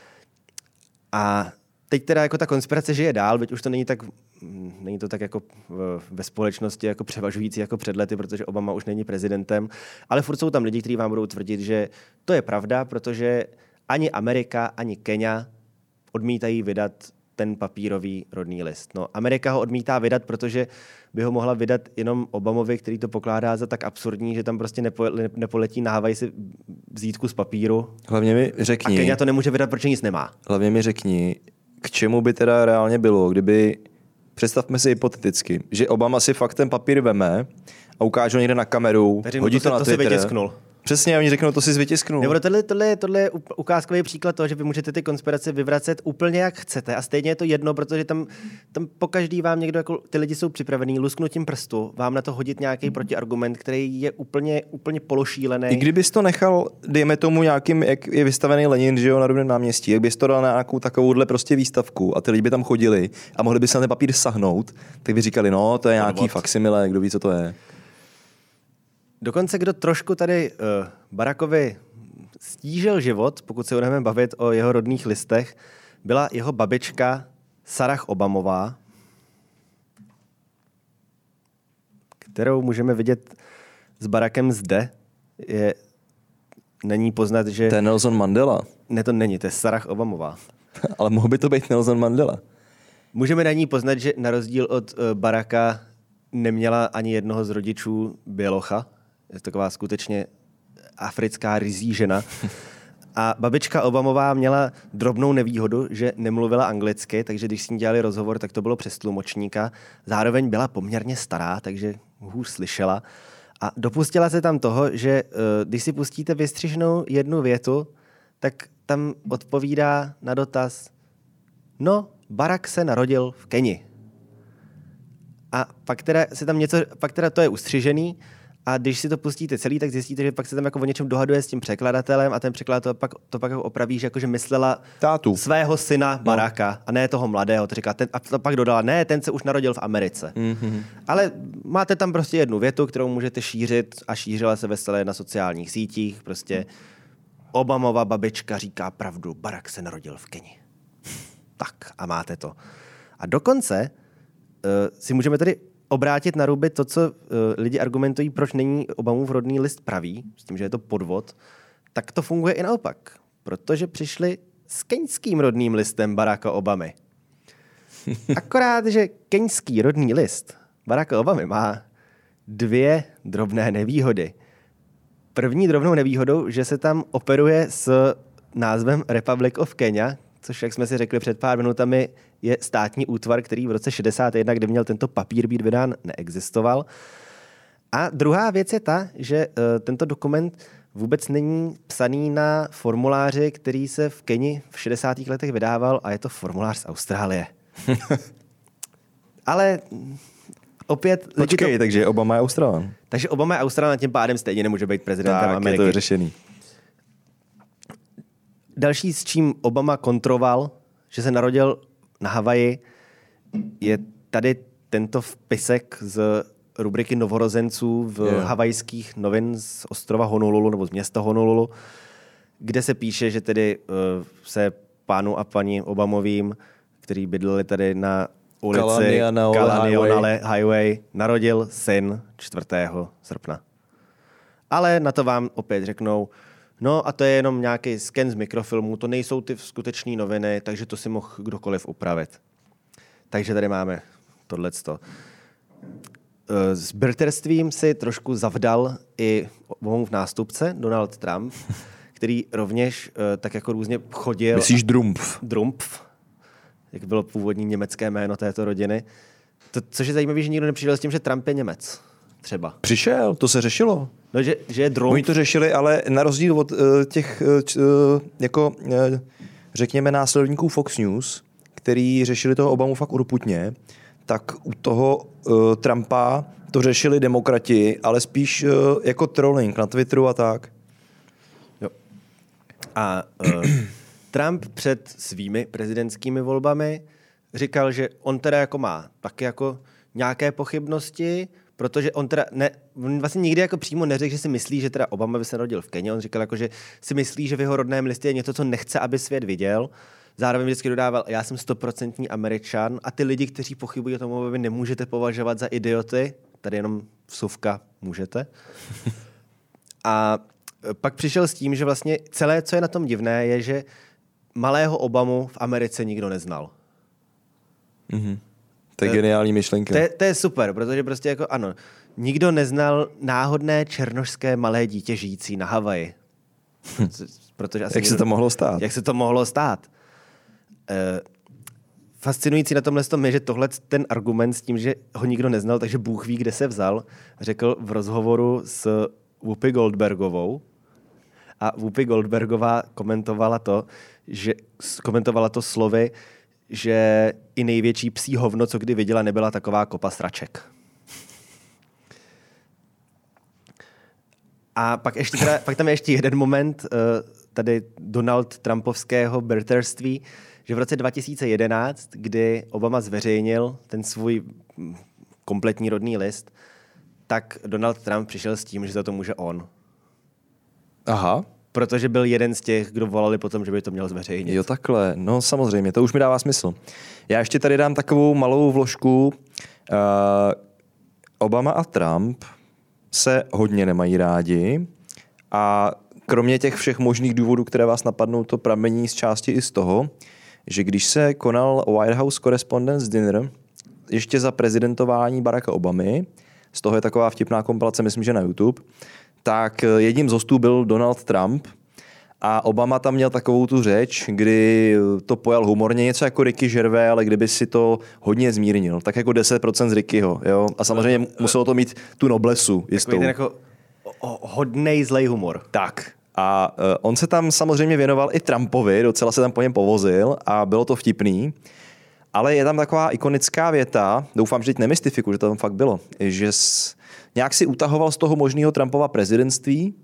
A teď teda jako ta konspirace žije dál, byť už to není tak, není to tak jako ve společnosti jako převažující jako před lety, protože Obama už není prezidentem, ale furt jsou tam lidi, kteří vám budou tvrdit, že to je pravda, protože ani Amerika, ani Kenya odmítají vydat ten papírový rodný list. No, Amerika ho odmítá vydat, protože by ho mohla vydat jenom Obamovi, který to pokládá za tak absurdní, že tam prostě nepo, nepoletí na Havaj si vzít kus papíru. Hlavně mi řekni. A Kenya to nemůže vydat, protože nic nemá. Hlavně mi řekni, k čemu by teda reálně bylo, kdyby, představme si hypoteticky, že Obama si fakt ten papír veme a ukáže někde na kameru, Věřím, hodí to, to na to Twitter. Si vytisknul. Přesně, oni řeknou, to si vytisknul. Nebo tohle, tohle, tohle je ukázkový příklad toho, že vy můžete ty konspirace vyvracet úplně jak chcete a stejně je to jedno, protože tam, tam pokaždý vám někdo, jako ty lidi jsou připravený lusknutím prstu, vám na to hodit nějaký protiargument, který je úplně, úplně pološílený. I kdybys to nechal, dejme tomu nějakým, jak je vystavený Lenin, že jo, na Rudném náměstí, jak bys to dal na nějakou takovouhle prostě výstavku a ty lidi by tam chodili a mohli by se na ten papír sahnout, tak by říkali, no, to je nějaký faksimile, kdo ví, co to je. Dokonce, kdo trošku tady uh, Barackovi stížil život, pokud se budeme bavit o jeho rodných listech, byla jeho babička Sarah Obamová, kterou můžeme vidět s Barackem zde. Je, není poznat, že... To je Nelson Mandela. Ne, to není, to je Sarah Obamová. Ale mohl by to být Nelson Mandela. Můžeme na ní poznat, že na rozdíl od uh, Baracka neměla ani jednoho z rodičů bělocha. Je to taková skutečně africká ryzí žena. A babička Obamová měla drobnou nevýhodu, že nemluvila anglicky, takže když s ní dělali rozhovor, tak to bylo přes tlumočníka. Zároveň byla poměrně stará, takže hůř slyšela. A dopustila se tam toho, že když si pustíte vystřiženou jednu větu, tak tam odpovídá na dotaz: no, Barack se narodil v Keni. A pak teda si tam něco, pak teda to je ustřižený a když si to pustíte celý, tak zjistíte, že pak se tam jako o něčem dohaduje s tím překladatelem a ten překladatel pak, to pak jako opraví, že, jako, že myslela tátu svého syna Baracka no. a ne toho mladého. To říká, ten, a to pak dodala, ne, ten se už narodil v Americe. Mm-hmm. Ale máte tam prostě jednu větu, kterou můžete šířit a šířila se veselé na sociálních sítích. Prostě Obamova babička říká pravdu, Barack se narodil v Keni. Tak a máte to. A dokonce uh, si můžeme tady obrátit na ruby to, co uh, lidi argumentují, proč není Obamův rodný list pravý, s tím, že je to podvod, tak to funguje i naopak. Protože přišli s keňským rodným listem Baracka Obamy. Akorát, že keňský rodný list Baracka Obamy má dvě drobné nevýhody. První drobnou nevýhodou, že se tam operuje s názvem Republic of Kenya, což, jak jsme si řekli před pár minutami, je státní útvar, který v roce šedesát jedna, kdy měl tento papír být vydán, neexistoval. A druhá věc je ta, že uh, tento dokument vůbec není psaný na formuláři, který se v Keni v šedesátých letech vydával a je to formulář z Austrálie. Ale opět... Počkej, to... takže Obama je Australan. Takže Obama je Australan, tím pádem stejně nemůže být prezidentem tak, Ameriky. Tak, je to vyřešený. Další, s čím Obama kontroval, že se narodil na Havaji, je tady tento vpisek z rubriky novorozenců v yeah. havajských novin z ostrova Honolulu nebo z města Honolulu, kde se píše, že tedy uh, se pánu a paní Obamovým, kteří bydleli tady na ulici Kalaniona Highway, narodil syn čtvrtého srpna. Ale na to vám opět řeknou, no a to je jenom nějaký sken z mikrofilmu, to nejsou ty skutečné noviny, takže to si mohl kdokoliv upravit. Takže tady máme tohleto. S birterstvím si trošku zavdal i Obamův nástupce Donald Trump, který rovněž tak jako různě chodil. Myslíš Drumpf? Drumpf, jak bylo původní německé jméno této rodiny. To, což je zajímavé, že nikdo nepřišel s tím, že Trump je Němec. Třeba. Přišel, to se řešilo. No, že, že je Drumpf. Oni to řešili, ale na rozdíl od uh, těch, uh, jako, uh, řekněme, následovníků Fox News, který řešili toho Obamu fakt urputně, tak u toho uh, Trumpa to řešili demokrati, ale spíš uh, jako trolling na Twitteru a tak. Jo. A uh, Trump před svými prezidentskými volbami říkal, že on teda jako má taky jako nějaké pochybnosti, protože on teda ne, on vlastně nikdy jako přímo neřekl, že si myslí, že teda Obama by se narodil v Keni. On říkal jako, že si myslí, že v jeho rodném listě je něco, co nechce, aby svět viděl. Zároveň vždycky dodával, já jsem stoprocentní Američan a ty lidi, kteří pochybují o tom, vy nemůžete považovat za idioty, tady jenom vsuvka můžete. A pak přišel s tím, že vlastně celé, co je na tom divné, je, že malého Obamu v Americe nikdo neznal. Mm-hmm. To je geniální myšlenka. To je, to je super, protože prostě jako ano, nikdo neznal náhodné černošské malé dítě žijící na Havaji. Protože asi jak nikdo, se to mohlo stát? Jak se to mohlo stát? E, fascinující na tomhle tom je, že tohle ten argument s tím, že ho nikdo neznal, takže Bůh ví, kde se vzal, řekl v rozhovoru s Whoopi Goldbergovou. A Whoopi Goldbergová komentovala to, že komentovala to slovy, že i největší psí hovno, co kdy viděla, nebyla taková kopa sraček. A pak, ještě teda, pak tam je ještě jeden moment tady Donald Trumpovského birterství, že v roce dva tisíce jedenáct, kdy Obama zveřejnil ten svůj kompletní rodný list, tak Donald Trump přišel s tím, že za to může on. Aha. Protože byl jeden z těch, kdo volali potom, že by to měl zveřejnit. Jo, takhle. No samozřejmě, to už mi dává smysl. Já ještě tady dám takovou malou vložku. Uh, Obama a Trump se hodně nemají rádi a kromě těch všech možných důvodů, které vás napadnou, to pramení z části i z toho, že když se konal White House Correspondents' Dinner ještě za prezidentování Baracka Obamy, z toho je taková vtipná kompilace, myslím, že na YouTube, tak jedním z hostů byl Donald Trump a Obama tam měl takovou tu řeč, kdy to pojal humorně, něco jako Ricky Gervais, ale kdyby si to hodně zmírnil, tak jako deset procent z Rickyho, jo? A samozřejmě muselo to mít tu noblesu jistou. Takový ten jako hodnej zlej humor. Tak. A uh, on se tam samozřejmě věnoval i Trumpovi, docela se tam po něm povozil a bylo to vtipný. Ale je tam taková ikonická věta, doufám, že teď nemystifikuju, že to tam fakt bylo, že s, nějak si utahoval z toho možného Trumpova prezidentství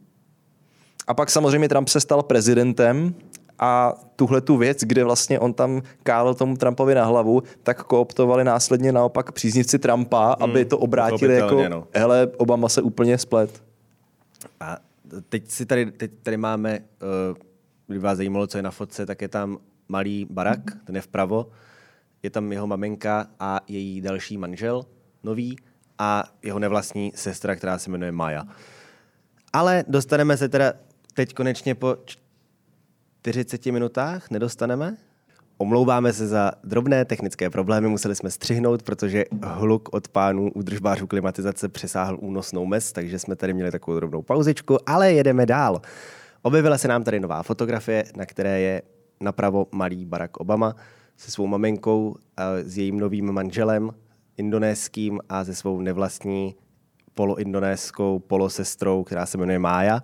a pak samozřejmě Trump se stal prezidentem a tuhle tu věc, kde vlastně on tam kálel tomu Trumpovi na hlavu, tak kooptovali následně naopak příznivci Trumpa, hmm, aby to obrátili jako, no. hele, Obama se úplně splet. A teď si tady, teď tady máme, uh, kdyby vás zajímalo, co je na fotce, tak je tam malý Barack, ten je vpravo, je tam jeho maminka a její další manžel, nový, a jeho nevlastní sestra, která se jmenuje Maya. Ale dostaneme se teda teď konečně po čtyřiceti minutách, nedostaneme? Omlouváme se za drobné technické problémy, museli jsme střihnout, protože hluk od pánů údržbářů klimatizace přesáhl únosnou mez, takže jsme tady měli takovou drobnou pauzičku, ale jedeme dál. Objevila se nám tady nová fotografie, na které je napravo malý Barack Obama se svou maminkou, s jejím novým manželem indonéským a se svou nevlastní poloindonéskou polosestrou, která se jmenuje Maya.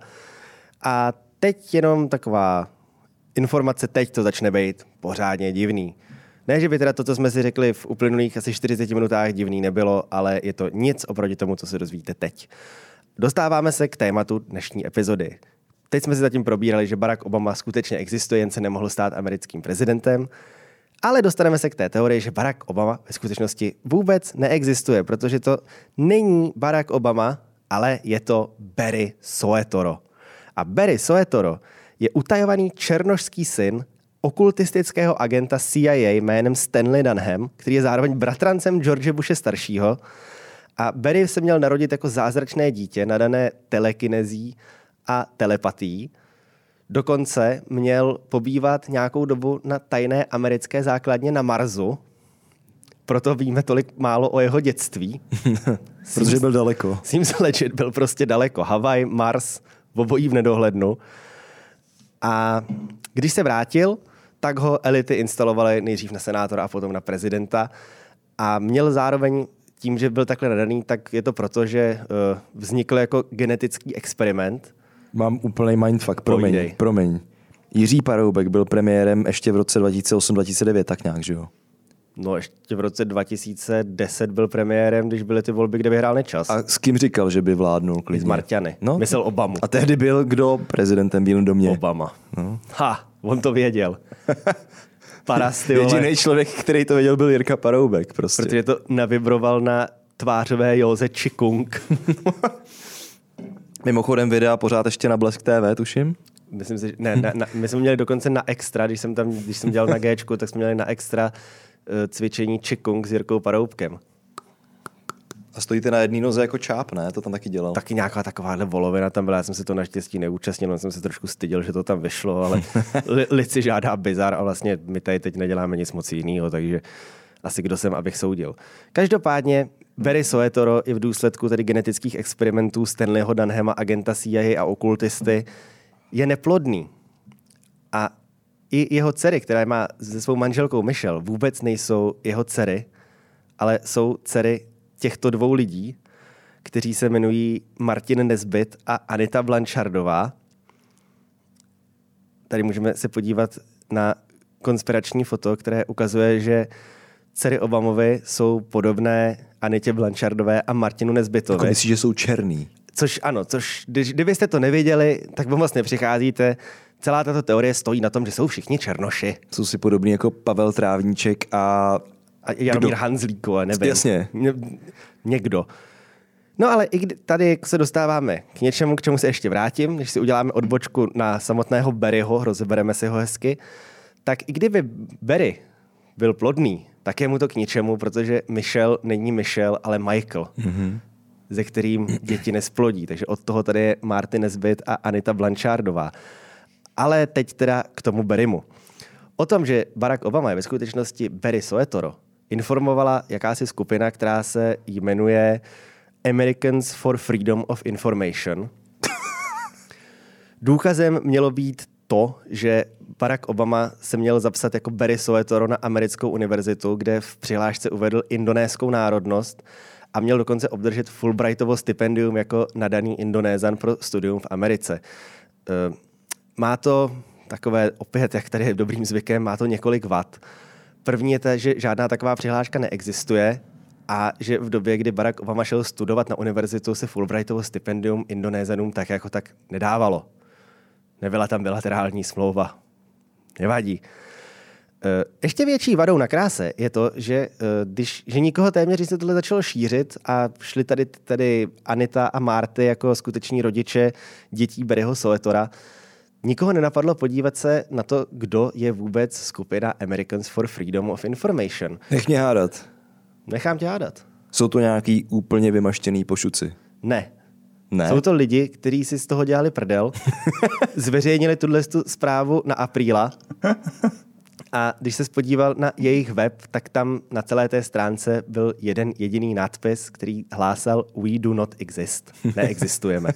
A teď jenom taková informace, teď to začne být pořádně divný. Ne, že by teda to, co jsme si řekli v uplynulých asi čtyřiceti minutách divný nebylo, ale je to nic oproti tomu, co se dozvíte teď. Dostáváme se k tématu dnešní epizody. Teď jsme si zatím probírali, že Barack Obama skutečně existuje, jen se nemohl stát americkým prezidentem, ale dostaneme se k té teorii, že Barack Obama ve skutečnosti vůbec neexistuje, protože to není Barack Obama, ale je to Barry Soetoro. A Barry Soetoro je utajovaný černošský syn okultistického agenta C I A jménem Stanley Dunham, který je zároveň bratrancem George Bushe staršího. A Barry se měl narodit jako zázračné dítě, nadané telekinezí a telepatií. Dokonce měl pobývat nějakou dobu na tajné americké základně na Marsu. Proto víme tolik málo o jeho dětství. Protože byl daleko. Seems legit, byl prostě daleko. Havaj, Mars, obojí v nedohlednu. A když se vrátil, tak ho elity instalovaly nejdřív na senátora a potom na prezidenta. A měl zároveň tím, že byl takhle nadaný, tak je to proto, že uh, vznikl jako genetický experiment. Mám úplný mindfuck, promiň, Pojdej. promiň. Jiří Paroubek byl premiérem ještě v roce dva tisíce osm dva tisíce devět, tak nějak, že jo? No ještě v roce dva tisíce deset byl premiérem, když byly ty volby, kde vyhrál Nečas. A s kým říkal, že by vládnul klidně? S Marťany. No? Myslel Obamu. A tehdy byl kdo prezidentem Bílém domě? Obama. No. Ha, on to věděl. Parasty, jediný člověk, který to věděl, byl Jirka Paroubek. Prostě. Protože to navibroval na tvářové józe Čikung. Mimochodem videa pořád ještě na Blesk T V, tuším? Myslím si, ne, na, na, my jsme měli dokonce na extra, když jsem tam, když jsem dělal na Géčku, tak jsme měli na extra uh, cvičení Čikung s Jirkou Paroubkem. A stojíte na jedné noze jako čáp, ne? To tam taky dělal. Taky nějaká takováhle volovina tam byla, já jsem se to naštěstí neúčastnil, já jsem se trošku styděl, že to tam vyšlo, ale li, lid si žádá bizar a vlastně my tady teď neděláme nic moc jiného, takže asi kdo jsem, abych soudil. Každopádně Barry Soetoro je v důsledku tedy genetických experimentů Stanleyho Dunhama, agenta C I A a okultisty, je neplodný. A i jeho dcery, která má se svou manželkou Michelle, vůbec nejsou jeho dcery, ale jsou dcery těchto dvou lidí, kteří se jmenují Martin Nesbitt a Anita Blanchardová. Tady můžeme se podívat na konspirační foto, které ukazuje, že dcery Obamovy jsou podobné Anitě Blanchardové a Martinu Nesbittovi. Jako myslíš, že jsou černý? Což ano, což když, kdybyste to nevěděli, tak moc nepřicházíte. Celá tato teorie stojí na tom, že jsou všichni černoši. Jsou si podobní jako Pavel Trávníček a... A Jaromír Hanzlíko, nevím. Jasně. Ně, někdo. No ale i kdy, tady se dostáváme k něčemu, k čemu se ještě vrátím, když si uděláme odbočku na samotného Barryho, rozebereme si ho hezky, tak i kdyby Barry byl plodný, tak je mu to k ničemu, protože Michelle není Michelle, ale Michael, mm-hmm. ze kterým děti nesplodí. Takže od toho tady je Martin Nesbitt a Anita Blanchardová. Ale teď teda k tomu Barrymu. O tom, že Barack Obama je ve skutečnosti Barry Soetoro, informovala jakási skupina, která se jmenuje Americans for Freedom of Information. Důkazem mělo být to, že Barack Obama se měl zapsat jako Barry Soetoro na americkou univerzitu, kde v přihlášce uvedl indonéskou národnost a měl dokonce obdržet Fulbrightovo stipendium jako nadaný Indonézan pro studium v Americe. Má to takové, opět, jak tady je dobrým zvykem, má to několik vad, První je to, že žádná taková přihláška neexistuje a že v době, kdy Barack Obama šel studovat na univerzitu, se Fulbrightovo stipendium Indonézanům tak jako tak nedávalo. Nebyla tam bilaterální smlouva. Nevadí. Ještě větší vadou na kráse je to, že, když, že nikoho téměř se tohle začalo šířit a šli tady, tady Anita a Marty jako skuteční rodiče dětí Barryho Soetora, nikoho nenapadlo podívat se na to, kdo je vůbec skupina Americans for Freedom of Information. Nech mě hádat. Nechám tě hádat. Jsou to nějaký úplně vymaštěný pošuci? Ne. Ne? Jsou to lidi, kteří si z toho dělali prdel, zveřejnili tuhle zprávu na apríla a když se podíval na jejich web, tak tam na celé té stránce byl jeden jediný nadpis, který hlásal We do not exist. Neexistujeme.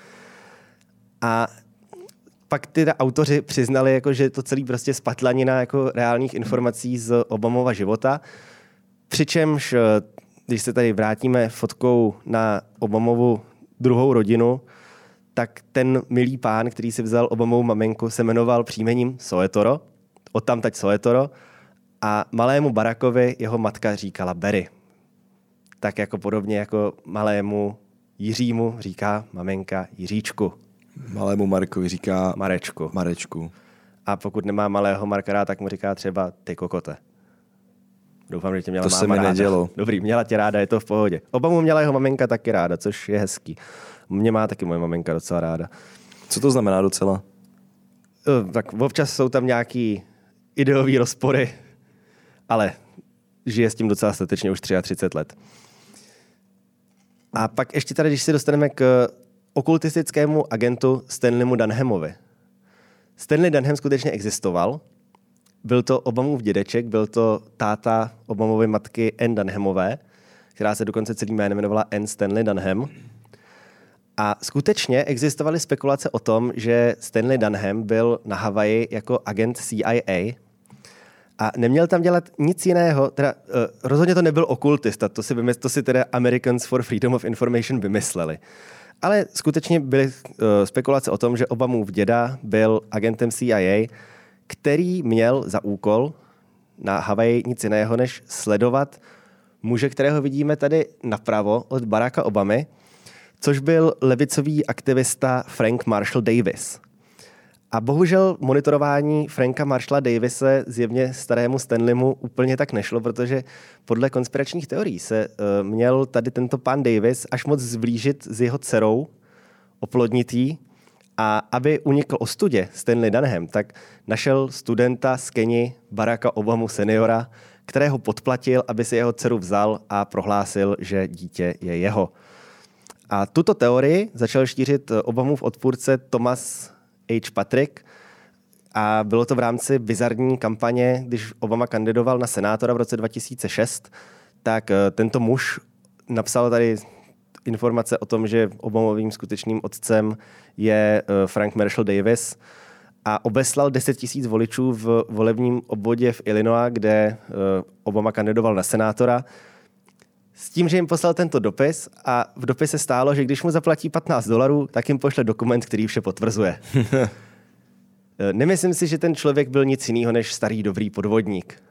A pak ty autoři přiznali, jako, že to celý prostě spatlanina jako reálných informací z Obamova života. Přičemž, když se tady vrátíme fotkou na Obamovu druhou rodinu, tak ten milý pán, který si vzal Obamovu maminku, se jmenoval příjmením Soetoro, odtamtať Soetoro, a malému Barackovi jeho matka říkala Barry. Tak jako podobně jako malému Jiřímu říká maminka Jiříčku. Malému Markovi říká Marečku. Marečku. A pokud nemá malého Marka rád, tak mu říká třeba ty kokote. Doufám, že tě měla to máma se mi ráda. nedělo. Dobrý, měla tě ráda, je to v pohodě. Obamu měla jeho maminka taky ráda, což je hezký. Mě má taky moje maminka docela ráda. Co to znamená docela? Uh, tak občas jsou tam nějaký ideový rozpory, ale žije s tím docela statečně už třicet tři let. A pak ještě tady, když se dostaneme k okultistickému agentu Stanleymu Dunhamovi. Stanley Dunham skutečně existoval. Byl to Obamův dědeček, byl to táta Obamovy matky Ann Dunhamové, která se dokonce celý jménem jmenovala Ann Stanley Dunham. A skutečně existovaly spekulace o tom, že Stanley Dunham byl na Havaji jako agent C I A a neměl tam dělat nic jiného, teda uh, rozhodně to nebyl okultista, to si, vymysl, to si teda Americans for Freedom of Information vymysleli. Ale skutečně byly uh, spekulace o tom, že Obamův děda byl agentem C I A, který měl za úkol na Havaji nic jiného, než sledovat muže, kterého vidíme tady napravo od Baracka Obamy, což byl levicový aktivista Frank Marshall Davis. A bohužel monitorování Franka Marshalla Davise zjevně starému Stanleymu úplně tak nešlo, protože podle konspiračních teorií se uh, měl tady tento pán Davis až moc zblížit s jeho dcerou, oplodnit jí, a aby unikl ostudě Stanley Dunham, tak našel studenta z Keni Baracka Obamu seniora, kterého podplatil, aby si jeho dceru vzal a prohlásil, že dítě je jeho. A tuto teorii začal šířit Obamův odpůrce Thomas H. Patrick a bylo to v rámci bizarní kampaně, když Obama kandidoval na senátora v roce dva tisíce šest, tak tento muž napsal tady informace o tom, že Obamovým skutečným otcem je Frank Marshall Davis a obeslal deset tisíc voličů v volebním obvodě v Illinois, kde Obama kandidoval na senátora, s tím, že jim poslal tento dopis a v dopise stálo, že když mu zaplatí patnáct dolarů, tak jim pošle dokument, který vše potvrzuje. Nemyslím si, že ten člověk byl nic jiného než starý dobrý podvodník.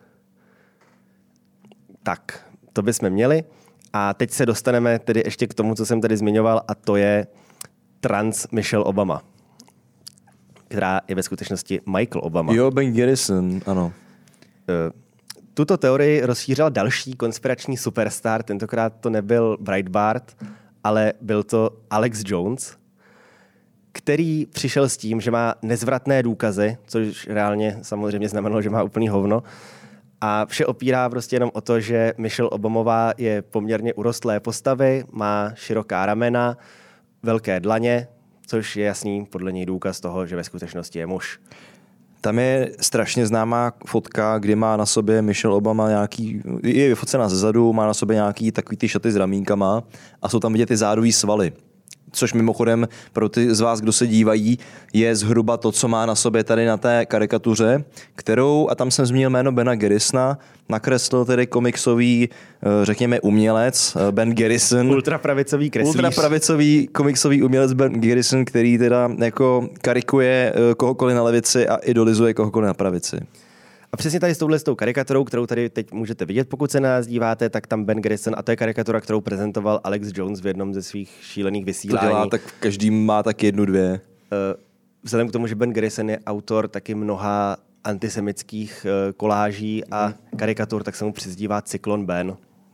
Tak, to bychom měli. A teď se dostaneme tedy ještě k tomu, co jsem tady zmiňoval, a to je trans Michelle Obama, která je ve skutečnosti Michael Obama. Jo, Ben Garrison, ano. Tuto teorii rozšířil další konspirační superstar, tentokrát to nebyl Breitbart, ale byl to Alex Jones, který přišel s tím, že má nezvratné důkazy, což reálně samozřejmě znamenalo, že má úplný hovno, a vše opírá prostě jenom o to, že Michelle Obamová je poměrně urostlé postavy, má široká ramena, velké dlaně, což je jasný podle něj důkaz toho, že ve skutečnosti je muž. Tam je strašně známá fotka, kdy má na sobě Michelle Obama nějaký, je vyfocená zezadu, má na sobě nějaký takový ty šaty s ramínkama a jsou tam vidět ty zádový svaly. Což mimochodem pro ty z vás, kdo se dívají, je zhruba to, co má na sobě tady na té karikatuře, kterou, a tam jsem zmínil jméno Bena Garrisona, nakreslil tedy komiksový, řekněme, umělec Ben Garrison. Ultrapravicový kreslíř. Ultrapravicový komiksový umělec Ben Garrison, který teda jako karikuje kohokoliv na levici a idolizuje kohokoliv na pravici. A přesně tady s touhle s tou karikaturou, kterou tady teď můžete vidět, pokud se na nás díváte, tak tam Ben Garrison, a to je karikatura, kterou prezentoval Alex Jones v jednom ze svých šílených vysílání. To dělá, tak každý má tak jednu, dvě. Vzhledem k tomu, že Ben Garrison je autor taky mnoha antisemických koláží a karikatur, tak se mu přizdívá Cyklon Ben.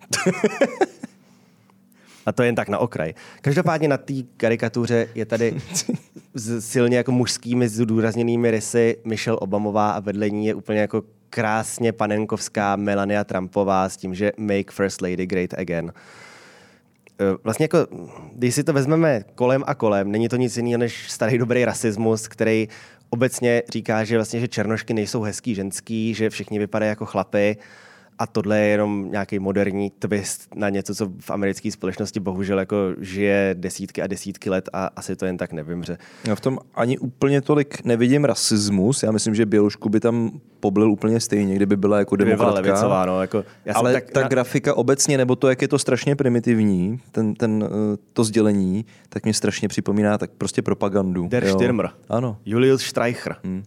A to jen tak na okraj. Každopádně na té karikatuře je tady silně jako mužskými zdůrazněnými rysy Michelle Obamová a vedle ní je úplně jako krásně panenkovská Melania Trumpová s tím, že make first lady great again. Vlastně jako, když si to vezmeme kolem a kolem, není to nic jiného než starý dobrý rasismus, který obecně říká, že vlastně, že černošky nejsou hezký ženský, že všichni vypadají jako chlapy. A tohle je jenom nějaký moderní twist na něco, co v americké společnosti bohužel jako žije desítky a desítky let a asi to jen tak nevymře. Já v tom ani úplně tolik nevidím rasismus. Já myslím, že Bělušku by tam poblil úplně stejně, kdyby byla jako demokratka. Byla levicová, no, jako, já ale tak ta na... grafika obecně, nebo to, jak je to strašně primitivní, ten, ten, to sdělení, tak mě strašně připomíná tak prostě propagandu. Der Stürmer. Ano. Julius Streicher. Hmm.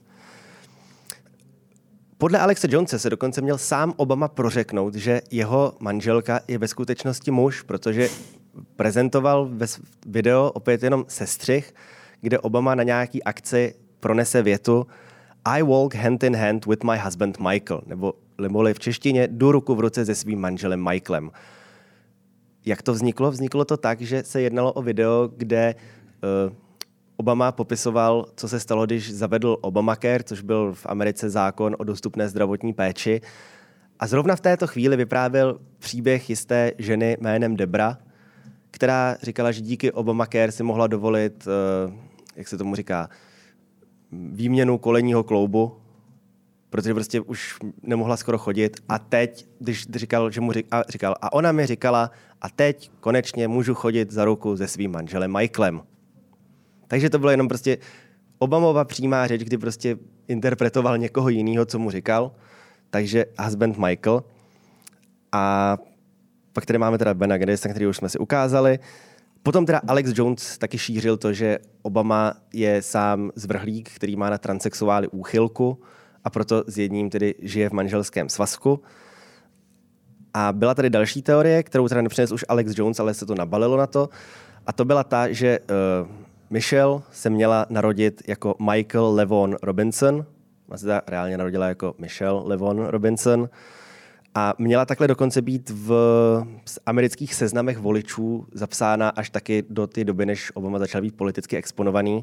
Podle Alexe Jonese se dokonce měl sám Obama prořeknout, že jeho manželka je ve skutečnosti muž, protože prezentoval video opět jenom sestřih, kde Obama na nějaký akci pronese větu I walk hand in hand with my husband Michael, nebo neboli v češtině jdu ruku v ruce se svým manželem Michaelem. Jak to vzniklo? Vzniklo to tak, že se jednalo o video, kde uh, Obama popisoval, co se stalo, když zavedl Obamacare, což byl v Americe zákon o dostupné zdravotní péči. A zrovna v této chvíli vyprávěl příběh jisté ženy jménem Debra, která říkala, že díky Obamacare si mohla dovolit, jak se tomu říká, výměnu kolenního kloubu, protože prostě už nemohla skoro chodit. A teď, když říkal, že mu říkal, a, říkal, a ona mi říkala, a teď konečně můžu chodit za ruku se svým manželem Michaelem. Takže to bylo jenom prostě Obamova přímá řeč, kdy prostě interpretoval někoho jiného, co mu říkal. Takže husband Michael. A pak tady máme teda Bena Garisona, který už jsme si ukázali. Potom teda Alex Jones taky šířil to, že Obama je sám zvrhlík, který má na transsexuály úchylku a proto s jedním tedy žije v manželském svazku. A byla tady další teorie, kterou teda nepřinesl už Alex Jones, ale se to nabalilo na to. A to byla ta, že uh, Michelle se měla narodit jako Michael Levon Robinson. Ona se teda reálně narodila jako Michelle Levon Robinson. A měla takhle dokonce být v amerických seznamech voličů zapsána až taky do té doby, než Obama začal být politicky exponovaný.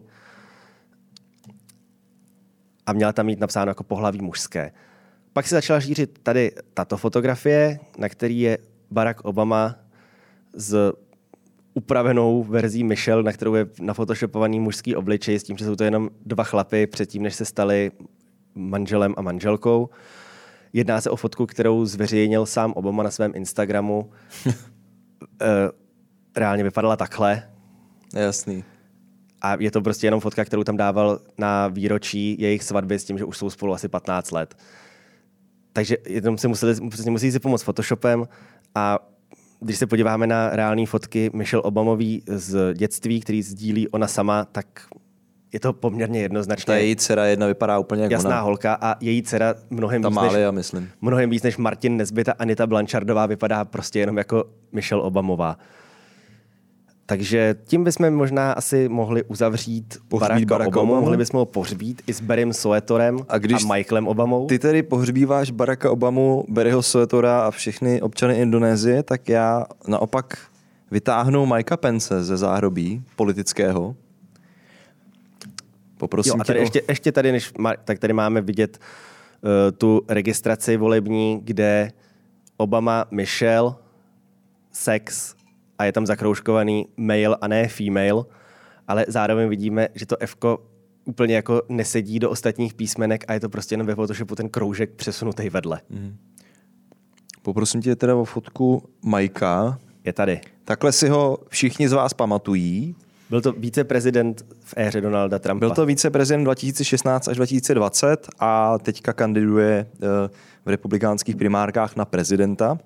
A měla tam mít napsáno jako pohlaví mužské. Pak se začala šířit tady tato fotografie, na který je Barack Obama s upravenou verzí Michelle, na kterou je nafotoshopovaný mužský obličej s tím, že jsou to jenom dva chlapy předtím, než se stali manželem a manželkou. Jedná se o fotku, kterou zveřejnil sám Obama na svém Instagramu. e, reálně vypadala takhle. Jasný. A je to prostě jenom fotka, kterou tam dával na výročí jejich svatby s tím, že už jsou spolu asi patnáct let. Takže jenom si museli, musí si pomoct Photoshopem a když se podíváme na reální fotky Michelle Obamový z dětství, který sdílí ona sama, tak je to poměrně jednoznačně. Ta její dcera jedna vypadá úplně jak jasná ona. holka a její dcera mnohem ta víc, Mália, než, myslím. mnohem víc než Martin Nesbitt a Anita Blanchardová vypadá prostě jenom jako Michelle Obamová. Takže tím bychom možná asi mohli uzavřít Baracka Barack Obamu. Obama. Mohli bychom ho pohřbít i s Barrym Soetorem a, a Michaelem Obamou. Ty tedy pohřbíváš Baracka Obamu, Barryho Soetora a všechny občany Indonésie, tak já naopak vytáhnu Mikea Pence ze záhrobí politického. Poprosím jo, a tady tě ještě, o... ještě tady, než má, tak tady máme vidět uh, tu registraci volební, kde Obama, Michelle, sex a je tam zakroužkovaný male a ne female, ale zároveň vidíme, že to F-ko úplně jako nesedí do ostatních písmenek a je to prostě jenom ve Photoshopu ten kroužek přesunutý vedle. Mm. Poprosím tě teda o fotku Mikea. Je tady. Takhle si ho všichni z vás pamatují. Byl to viceprezident v éře Donalda Trumpa. Byl to viceprezident dva tisíce šestnáct až dva tisíce dvacet a teďka kandiduje v republikánských primárkách na prezidenta.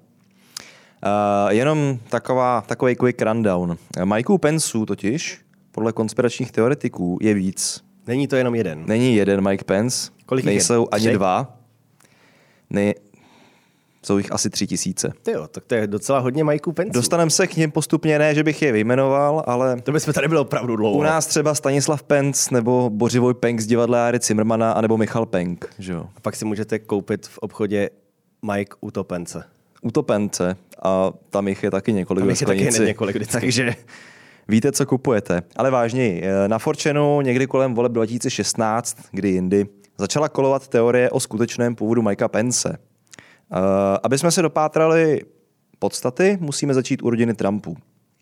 Uh, jenom taková, takový quick rundown. Mikeu Penceů totiž, podle konspiračních teoretiků, je víc. Není to jenom jeden. Není jeden Mike Pence. Kolik nejsou je? ani Tři? dva. Ne, jsou jich asi tři tisíce. Tyjo, tak to je docela hodně Mikeů Penců. Dostaneme se k nim postupně, ne, že bych je vyjmenoval, ale... To bychom tady byli opravdu dlouho. U nás třeba Stanislav Penc, nebo Bořivoj Penk z divadla Járy Cimrmana, anebo Michal Penk, že jo. A pak si můžete koupit v obchodě Mike Utopence. Utopence a tam jich je taky několik ve sklenici. Tam jich je několik vždycky. Takže víte, co kupujete. Ale vážněji, na Fortune někdy kolem voleb dva tisíce šestnáct, kdy jindy, začala kolovat teorie o skutečném původu Mikea Pence. Uh, aby jsme se dopátrali podstaty, musíme začít u rodiny Trumpů.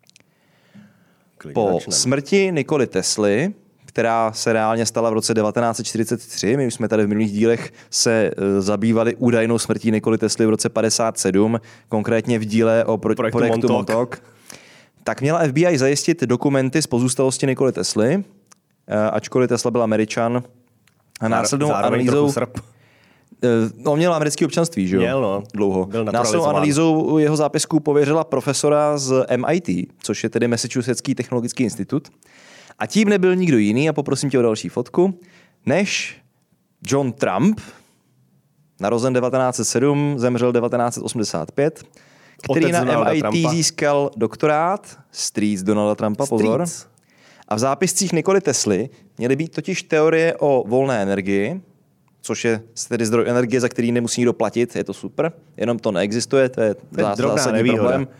Klidně Po začneme. smrti Nikoli Tesly, která se reálně stala v roce devatenáct set čtyřicet tři, my už jsme tady v minulých dílech se uh, zabývali údajnou smrtí Nikoli Tesly v roce padesát sedm, konkrétně v díle o pro- Projektu projektu Montauk. Montauk, tak měla F B I zajistit dokumenty z pozůstalosti Nikoli Tesly, uh, ačkoliv Tesla byl Američan, a následnou Zároveň analýzou... trochu Srb. No, měl americké občanství, že jo? Měl, no. Dlouho. Byl Následnou naturalizován. analýzou jeho zápisků pověřila profesora z M I T, což je tedy Massachusettský technologický institut. A tím nebyl nikdo jiný, a poprosím tě o další fotku, než John Trump, narozen devatenáct set sedm, zemřel devatenáct set osmdesát pět, který Otec na Donalda M I T Trumpa. získal doktorát, strýc Donalda Trumpa, pozor. Streets. A v zápiscích Nikoli Tesly měly být totiž teorie o volné energii, což je tedy zdroj energie, za který nemusí nikdo platit, je to super, jenom to neexistuje, to je, To je zás- drobná zásadní nevýhoda. problém.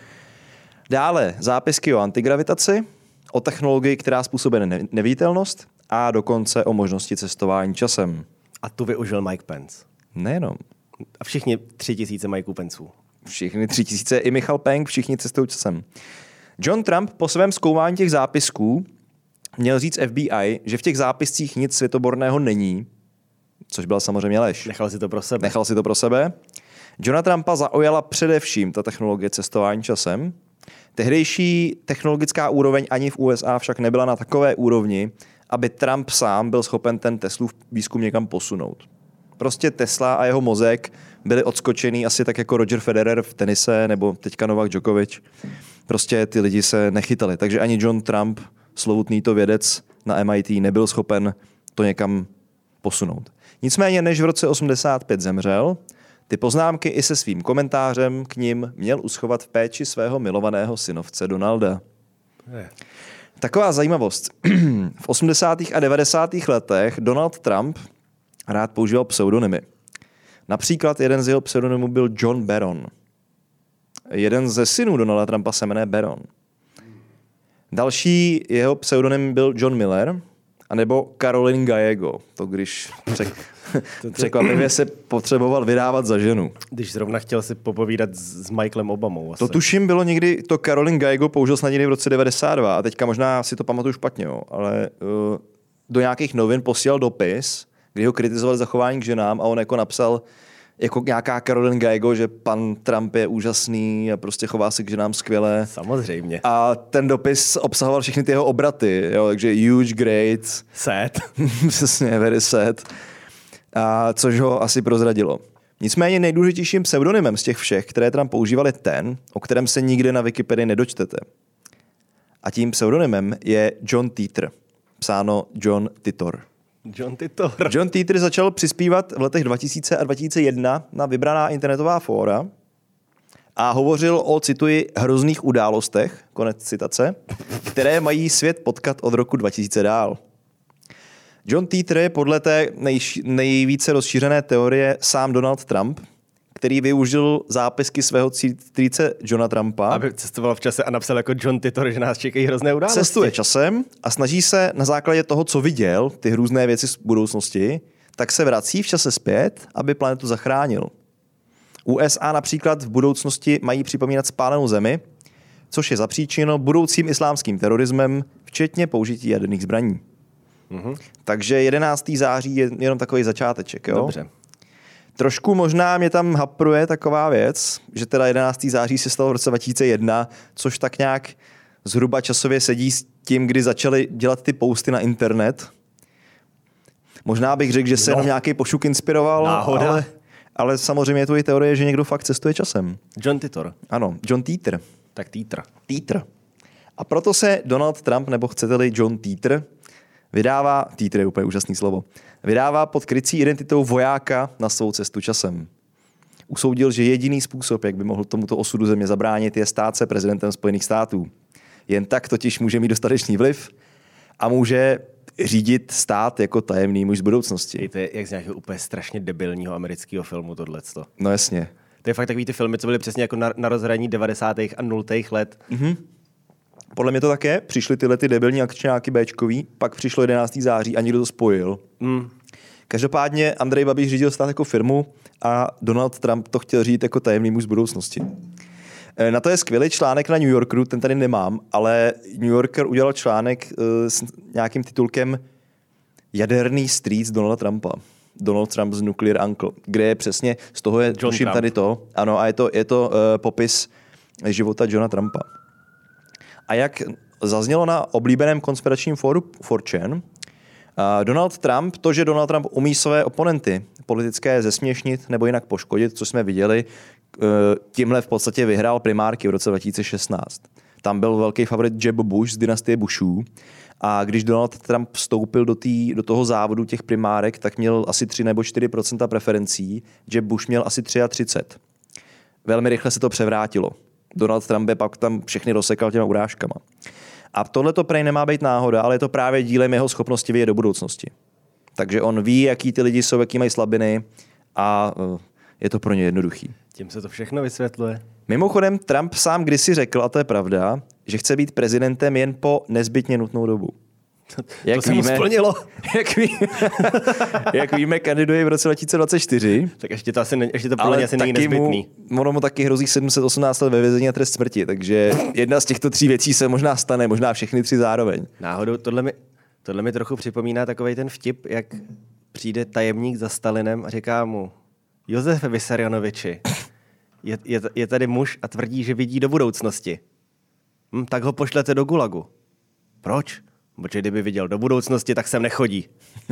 Dále zápisky o antigravitaci, o technologii, která způsobuje ne- neviditelnost a dokonce o možnosti cestování časem. A tu využil Mike Pence. Nejenom. A všichni tři tisíce Mikeů Penců. Všichni tři tisíce, i Michal Penk, všichni cestují časem. John Trump po svém zkoumání těch zápisků měl říct F B I, že v těch zápiscích nic světoborného není, což byla samozřejmě lež. Nechal si to pro sebe. Nechal si to pro sebe. Johna Trumpa zaujala především ta technologie cestování časem. Tehdejší technologická úroveň ani v U S A však nebyla na takové úrovni, aby Trump sám byl schopen ten Teslův výzkum někam posunout. Prostě Tesla a jeho mozek byli odskočený asi tak jako Roger Federer v tenise nebo teďka Novak Djokovic. Prostě ty lidi se nechytali. Takže ani John Trump, slovutný to vědec na M I T, nebyl schopen to někam posunout. Nicméně, než v roce osmdesát pět zemřel, ty poznámky i se svým komentářem k nim měl uschovat v péči svého milovaného synovce Donalda. Je. Taková zajímavost. V osmdesátých a devadesátých letech Donald Trump rád používal pseudonymy. Například jeden z jeho pseudonymů byl John Barron. Jeden ze synů Donalda Trumpa se jmenuje Barron. Další jeho pseudonym byl John Miller, anebo Caroline Gallego. To když přek... překvapivě se potřeboval vydávat za ženu. Když zrovna chtěl si popovídat s, s Michaelem Obamou. Asi. To tuším bylo někdy, to Caroline Gallego použil snad někdy v roce devadesát dva a teďka možná si to pamatuju špatně, jo, ale uh, do nějakých novin posílal dopis, kdy ho kritizovali za chování k ženám a on jako napsal jako nějaká Caroline Gallego, že pan Trump je úžasný a prostě chová se k ženám skvěle. Samozřejmě. A ten dopis obsahoval všechny ty jeho obraty, jo, takže huge, great, Sad. přesně, very sad, a což ho asi prozradilo. Nicméně nejdůležitějším pseudonymem z těch všech, které Trump používal, je ten, o kterém se nikde na Wikipedii nedočtete. A tím pseudonymem je John Titor, psáno John Titor. John Titor. John Titor začal přispívat v letech dva tisíce a dva tisíce jedna na vybraná internetová fóra a hovořil o, cituji, hrozných událostech, konec citace, které mají svět potkat od roku dva tisíce dál. John Titor je podle té nejš- nejvíce rozšířené teorie sám Donald Trump, který využil zápisky svého strýce Johna Trumpa. Aby cestoval v čase a napsal jako John Titor, že nás čekají hrozné události. Cestuje časem a snaží se na základě toho, co viděl, ty hrůzné věci z budoucnosti, tak se vrací v čase zpět, aby planetu zachránil. U S A například v budoucnosti mají připomínat spálenou zemi, což je zapříčino budoucím islámským terorismem, včetně použití jaderných zbraní. Mhm. Takže jedenáctého září je jenom takový začáteček. Jo? Dobře. Trošku možná mě tam hapruje taková věc, že teda jedenáctého září se stalo v roce dva tisíce jedna, což tak nějak zhruba časově sedí s tím, kdy začali dělat ty posty na internet. Možná bych řekl, že se No. jenom nějaký pošuk inspiroval, Náhoda. ale, ale samozřejmě je to i teorie, že někdo fakt cestuje časem. John Titor. Ano, John Titor. Tak Titor. Titor. A proto se Donald Trump, nebo chcete-li John Titor, vydává, Titor je úplně úžasný slovo, vydává pod krycí identitou vojáka na svou cestu časem. usoudil, že jediný způsob, jak by mohl tomuto osudu země zabránit, je stát se prezidentem Spojených států. Jen tak totiž může mít dostatečný vliv a může řídit stát jako tajemný muž z budoucnosti. To je jak z nějakého úplně strašně debilního amerického filmu tohleto. No jasně. To je fakt takový ty filmy, co byly přesně jako na, na rozhraní devadesátých a nultých let. Mm-hmm. Podle mě to také. Přišly tyhle ty debilní akčňáky Bčkový, pak přišlo jedenáctého září a někdo to spojil. Mm. Každopádně Andrej Babiš řídil stát jako firmu a Donald Trump to chtěl řídit jako tajemný muž z budoucnosti. Na to je skvělý článek na New Yorkeru, ten tady nemám, ale New Yorker udělal článek s nějakým titulkem Jaderný strýc Donalda Trumpa. Donald Trump's Nuclear Uncle, kde je přesně, z toho je tuším tady to, ano, a je to, je to uh, popis života Johna Trumpa. A jak zaznělo na oblíbeném konspiračním fóru four chan, uh, Donald Trump, to, že Donald Trump umí své oponenty politické zesměšnit nebo jinak poškodit, co jsme viděli, uh, tímhle v podstatě vyhrál primárky v roce dva tisíce šestnáct. Tam byl velký favorit Jeb Bush z dynastie Bushů. A když Donald Trump vstoupil do, tý, do toho závodu těch primárek, tak měl asi tři nebo čtyři procenta preferencí. Jeb Bush měl asi třicet tři. Velmi rychle se to převrátilo. Donald Trump je pak tam všechny rozsekal těma urážkama. A tohle to prej nemá být náhoda, ale je to právě dílem jeho schopnosti vidět do budoucnosti. Takže on ví, jaký ty lidi jsou, jaký mají slabiny a je to pro ně jednoduchý. Tím se to všechno vysvětluje. Mimochodem, Trump sám kdysi řekl, a to je pravda, že chce být prezidentem jen po nezbytně nutnou dobu. Jak to se mu splnilo. Jak, ví, jak víme, kandiduje v roce dva tisíce dvacet čtyři. Tak ještě to, asi ne, ještě to podle mě asi není nezbytný. Mu, ono mu taky hrozí sedm set osmnáct let ve vězení a trest smrti, takže jedna z těchto tří věcí se možná stane, možná všechny tři zároveň. Náhodou, tohle mi, tohle mi trochu připomíná takovej ten vtip, jak přijde tajemník za Stalinem a říká mu: Josefe Vysarionoviči, je, je, je tady muž a tvrdí, že vidí do budoucnosti. Hm, tak ho pošlete do gulagu. Proč? Protože kdyby viděl do budoucnosti, tak sem nechodí.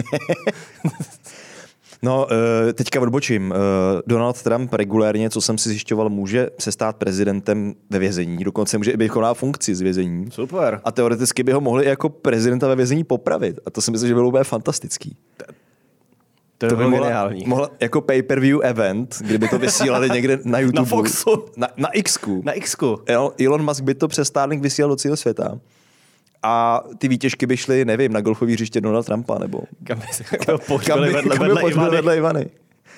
No, teďka odbočím. Donald Trump regulérně, co jsem si zjišťoval, může se stát prezidentem ve vězení. Dokonce může i vykonávat funkci z vězení. Super. A teoreticky by ho mohli i jako prezidenta ve vězení popravit. A to si myslím, že bylo úplně fantastický. To, to by bylo geniální. Mohla jako pay-per-view event, kdyby to vysílali někde na YouTube. Na Foxu. Na, na X-ku. Na X-ku. Elon Musk by to přes Starlink vysílal do celého světa. A ty výtěžky by šly, nevím, na golfový hřiště Donalda Trumpa, nebo... Kam by se pohřbili vedle, vedle, vedle, Ivany. vedle Ivany.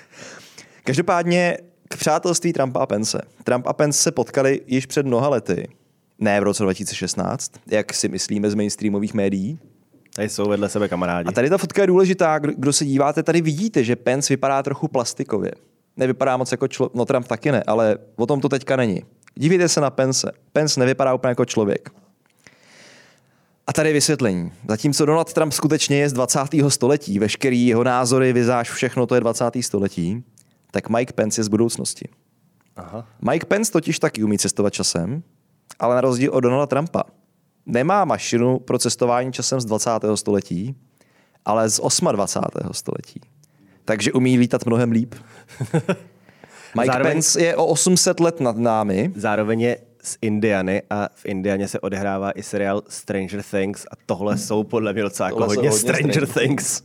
Každopádně k přátelství Trumpa a Pence. Trump a Pence se potkali již před mnoha lety. Ne v roce dva tisíce šestnáct, jak si myslíme z mainstreamových médií. Tady jsou vedle sebe kamarádi. A tady ta fotka je důležitá. Kdo se díváte, tady vidíte, že Pence vypadá trochu plastikově. Nevypadá moc jako člověk, no Trump taky ne, ale o tom to teďka není. Dívejte se na Pence. Pence nevypadá úplně jako člověk. A tady vysvětlení. Zatímco Donald Trump skutečně je z dvacátého století, veškerý jeho názory, vizáž, všechno to je dvacátého století, tak Mike Pence je z budoucnosti. Aha. Mike Pence totiž taky umí cestovat časem, ale na rozdíl od Donalda Trumpa nemá mašinu pro cestování časem z dvacátého století, ale z dvacátého osmého století. Takže umí lítat mnohem líp. Mike zároveň, Pence je o osm set let nad námi. Zároveň je z Indiany a v Indianě se odehrává i seriál Stranger Things a tohle jsou podle mě docela jako hodně, hodně Stranger, Stranger Things.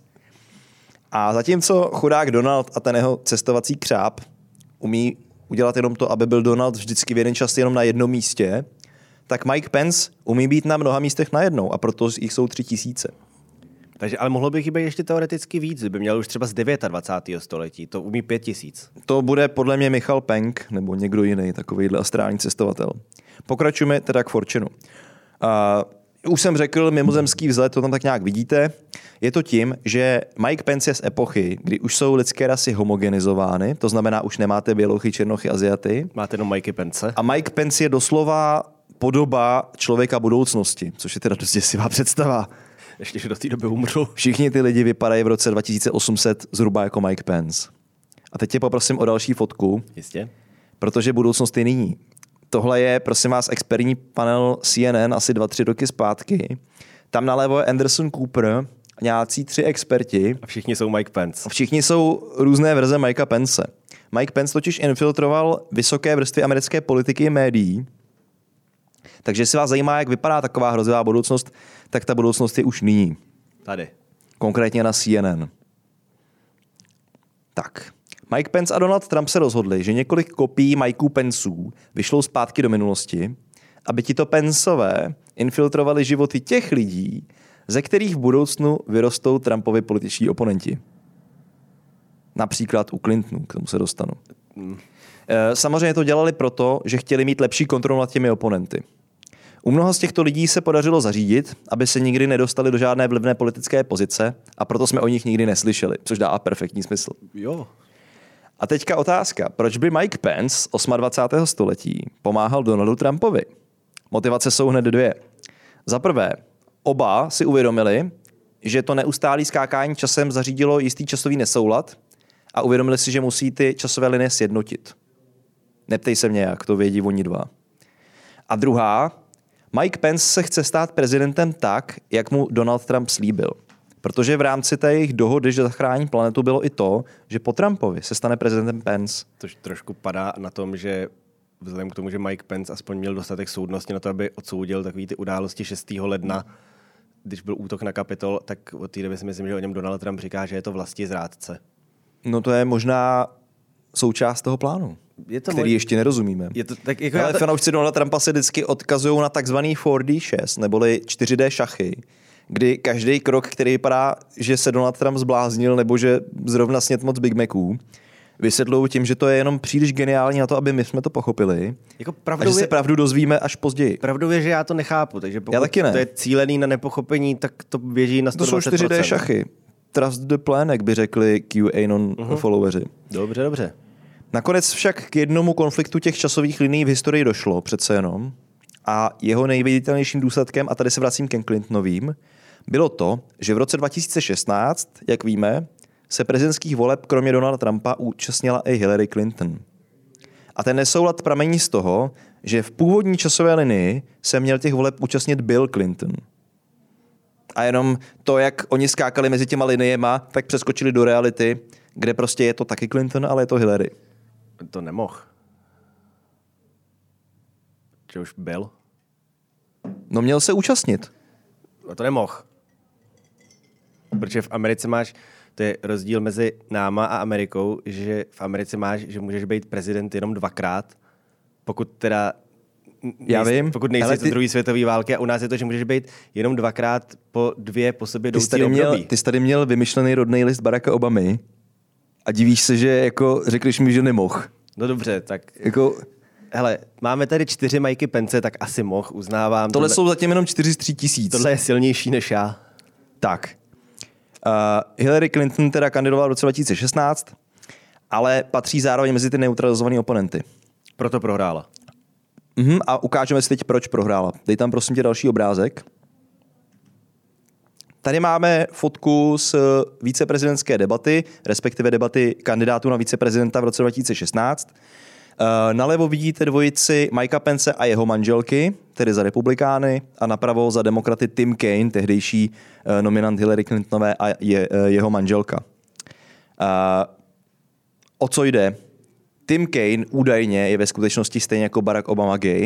A zatímco chudák Donald a ten jeho cestovací křáp umí udělat jenom to, aby byl Donald vždycky v jeden čas jenom na jednom místě, tak Mike Pence umí být na mnoha místech najednou a proto jich jsou tři tisíce. Takže, ale mohlo by chybět ještě teoreticky víc, kdyby měl už třeba z dvacátého devátého století. To umí pět tisíc. To bude podle mě Michal Penk nebo někdo jiný, takovýhle astrální cestovatel. Pokračujeme teda k four chanu. Uh, už jsem řekl, mimozemský vzhled, to tam tak nějak vidíte. Je to tím, že Mike Pence je z epochy, kdy už jsou lidské rasy homogenizovány, to znamená, už nemáte bělochy, černochy, Aziaty. Máte jenom Mike Pence. A Mike Pence je doslova podoba člověka budoucnosti, což je teda dost děsivá představa. Ještě, že do té doby umřu. Všichni ty lidi vypadají v roce dva tisíce osm set zhruba jako Mike Pence. A teď tě poprosím o další fotku. Jistě. Protože budoucnost je nyní. Tohle je, prosím vás, expertní panel C N N asi dva, tři roky zpátky. Tam nalevo je Anderson Cooper, nějací tři experti. A všichni jsou Mike Pence. A všichni jsou různé verze Mikea Pence. Mike Pence totiž infiltroval vysoké vrstvy americké politiky a médií. Takže jestli vás zajímá, jak vypadá taková hrozivá budoucnost, tak ta budoucnost je už nyní. Tady. Konkrétně na C N N. Tak. Mike Pence a Donald Trump se rozhodli, že několik kopií Mikeů Penceů vyšlou zpátky do minulosti, aby tito Penceové infiltrovali životy těch lidí, ze kterých v budoucnu vyrostou Trumpovi političtí oponenti. Například u Clintonu, k tomu se dostanu. Mm. Samozřejmě to dělali proto, že chtěli mít lepší kontrolu nad těmi oponenty. U mnoha z těchto lidí se podařilo zařídit, aby se nikdy nedostali do žádné vlivné politické pozice a proto jsme o nich nikdy neslyšeli, což dá perfektní smysl. Jo. A teďka otázka, proč by Mike Pence dvacátého osmého století pomáhal Donaldu Trumpovi? Motivace jsou hned dvě. Za prvé, oba si uvědomili, že to neustálý skákání časem zařídilo jistý časový nesoulad a uvědomili si, že musí ty časové linie sjednotit. Neptej se mě jak, to vědí oni dva. A druhá, Mike Pence se chce stát prezidentem tak, jak mu Donald Trump slíbil. Protože v rámci té jejich dohody, že zachrání planetu, bylo i to, že po Trumpovi se stane prezidentem Pence. To trošku padá na tom, že vzhledem k tomu, že Mike Pence aspoň měl dostatek soudnosti na to, aby odsoudil takový ty události šestého ledna, když byl útok na Kapitol, tak od té doby si myslím, že o něm Donald Trump říká, že je to vlastizrádce. No to je možná součást toho plánu, je to který moj... ještě nerozumíme. Je to, tak jako Ale to... fanoušci Donalda Trumpa se vždycky odkazují na takzvaný four D chess, neboli čtyři dé šachy, kdy každý krok, který vypadá, že se Donald Trump zbláznil nebo že zrovna sněd moc Big Maců, vysvětlují tím, že to je jenom příliš geniální na to, aby my jsme to pochopili. Jako a že se pravdu dozvíme až později. Pravdou je, že já to nechápu, takže pokud já taky ne. to je cílený na nepochopení, tak to běží na sto dvacet procent. To jsou čtyři dé šachy. Trust the plan, jak by řekli QAnon uh-huh. followeri. Dobře, dobře. Nakonec však k jednomu konfliktu těch časových linií v historii došlo přece jenom a jeho nejviditelnějším důsledkem, a tady se vracím ke Clintonovým, bylo to, že v roce dva tisíce šestnáct, jak víme, se prezidentských voleb kromě Donalda Trumpa účastnila i Hillary Clinton. A ten nesoulad pramení z toho, že v původní časové linii se měl těch voleb účastnit Bill Clinton. A jenom to, jak oni skákali mezi těma liniema, tak přeskočili do reality, kde prostě je to taky Clinton, ale je to Hillary. To nemohl. Že už byl? No měl se účastnit. No to nemohl. Protože v Americe máš, to je rozdíl mezi náma a Amerikou, že v Americe máš, že můžeš být prezident jenom dvakrát, pokud teda Já vím, pokud nejsi ty... druhé světové války, a u nás je to, že můžeš být jenom dvakrát po dvě po sobě jdoucí období. Měl, ty jsi tady měl vymyšlený rodný list Baracka Obamy a divíš se, že jako řekneš mi, že nemohl. No dobře, tak jako... hele, máme tady čtyři Mikey Pence, tak asi mohl, uznávám. Tohle, tohle jsou zatím jenom čtyři z tří tisíc. Tohle je silnější než já. Tak. Uh, Hillary Clinton teda kandidovala v roce dva tisíce šestnáct, ale patří zároveň mezi ty neutralizované oponenty. Proto prohrála. Uh-huh, a ukážeme si teď, proč prohrála. Dej tam prosím tě další obrázek. Tady máme fotku z viceprezidentské debaty, respektive debaty kandidátů na viceprezidenta v roce dva tisíce šestnáct. Uh, nalevo vidíte dvojici Mikea Pence a jeho manželky, tedy za republikány, a napravo za demokraty Tim Kaine, tehdejší uh, nominant Hillary Clintonové, a je, uh, jeho manželka. Uh, o co jde? Tim Kaine údajně je ve skutečnosti stejně jako Barack Obama gay.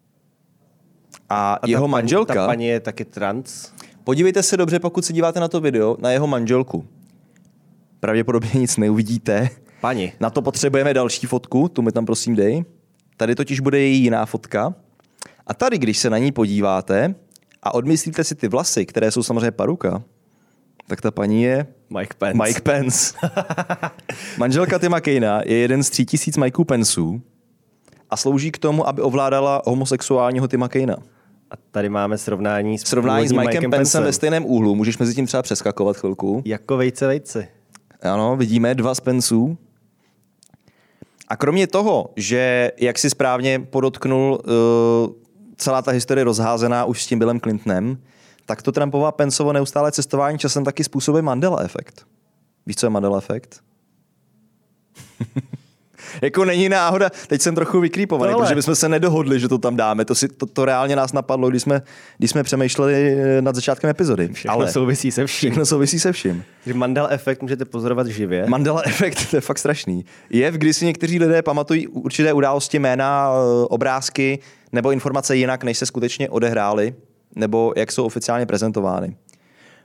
A, a jeho ta manželka... Ta paní je taky trans. Podívejte se dobře, pokud se díváte na to video, na jeho manželku. Pravděpodobně nic neuvidíte. Pani. Na to potřebujeme další fotku, tu mi tam prosím dej. Tady totiž bude její jiná fotka. A tady, když se na ní podíváte a odmyslíte si ty vlasy, které jsou samozřejmě paruka, tak ta paní je... Mike Pence. Mike Pence. Manželka Tima Kaina je jeden z tří tisíc Mikeů Penceů a slouží k tomu, aby ovládala homosexuálního Tima Kaina. A tady máme srovnání s, srovnání s Mikem Pencem ve stejném úhlu. Můžeš mezi tím třeba přeskakovat chvilku. Jako vejce vejci. Ano, vidíme dva z Penceů. A kromě toho, že, jak si správně podotknul, uh, celá ta historie rozházená už s tím Billem Clintonem, tak to Trumpova Penceovo neustále cestování časem taky způsobuje Mandela efekt. Víš, co je Mandela efekt? Jako není náhoda, teď jsem trochu vykrýpovaný, protože bychom se nedohodli, že to tam dáme. To, si, to, to reálně nás napadlo, když jsme, když jsme přemýšleli nad začátkem epizody. Všechno Ale souvisí se vším. Všechno souvisí se vším. Že Mandela efekt můžete pozorovat živě. Mandela efekt, to je fakt strašný. Je, kdy si někteří lidé pamatují určité události, jména, obrázky nebo informace jinak, než se skutečně odehrály, nebo jak jsou oficiálně prezentovány.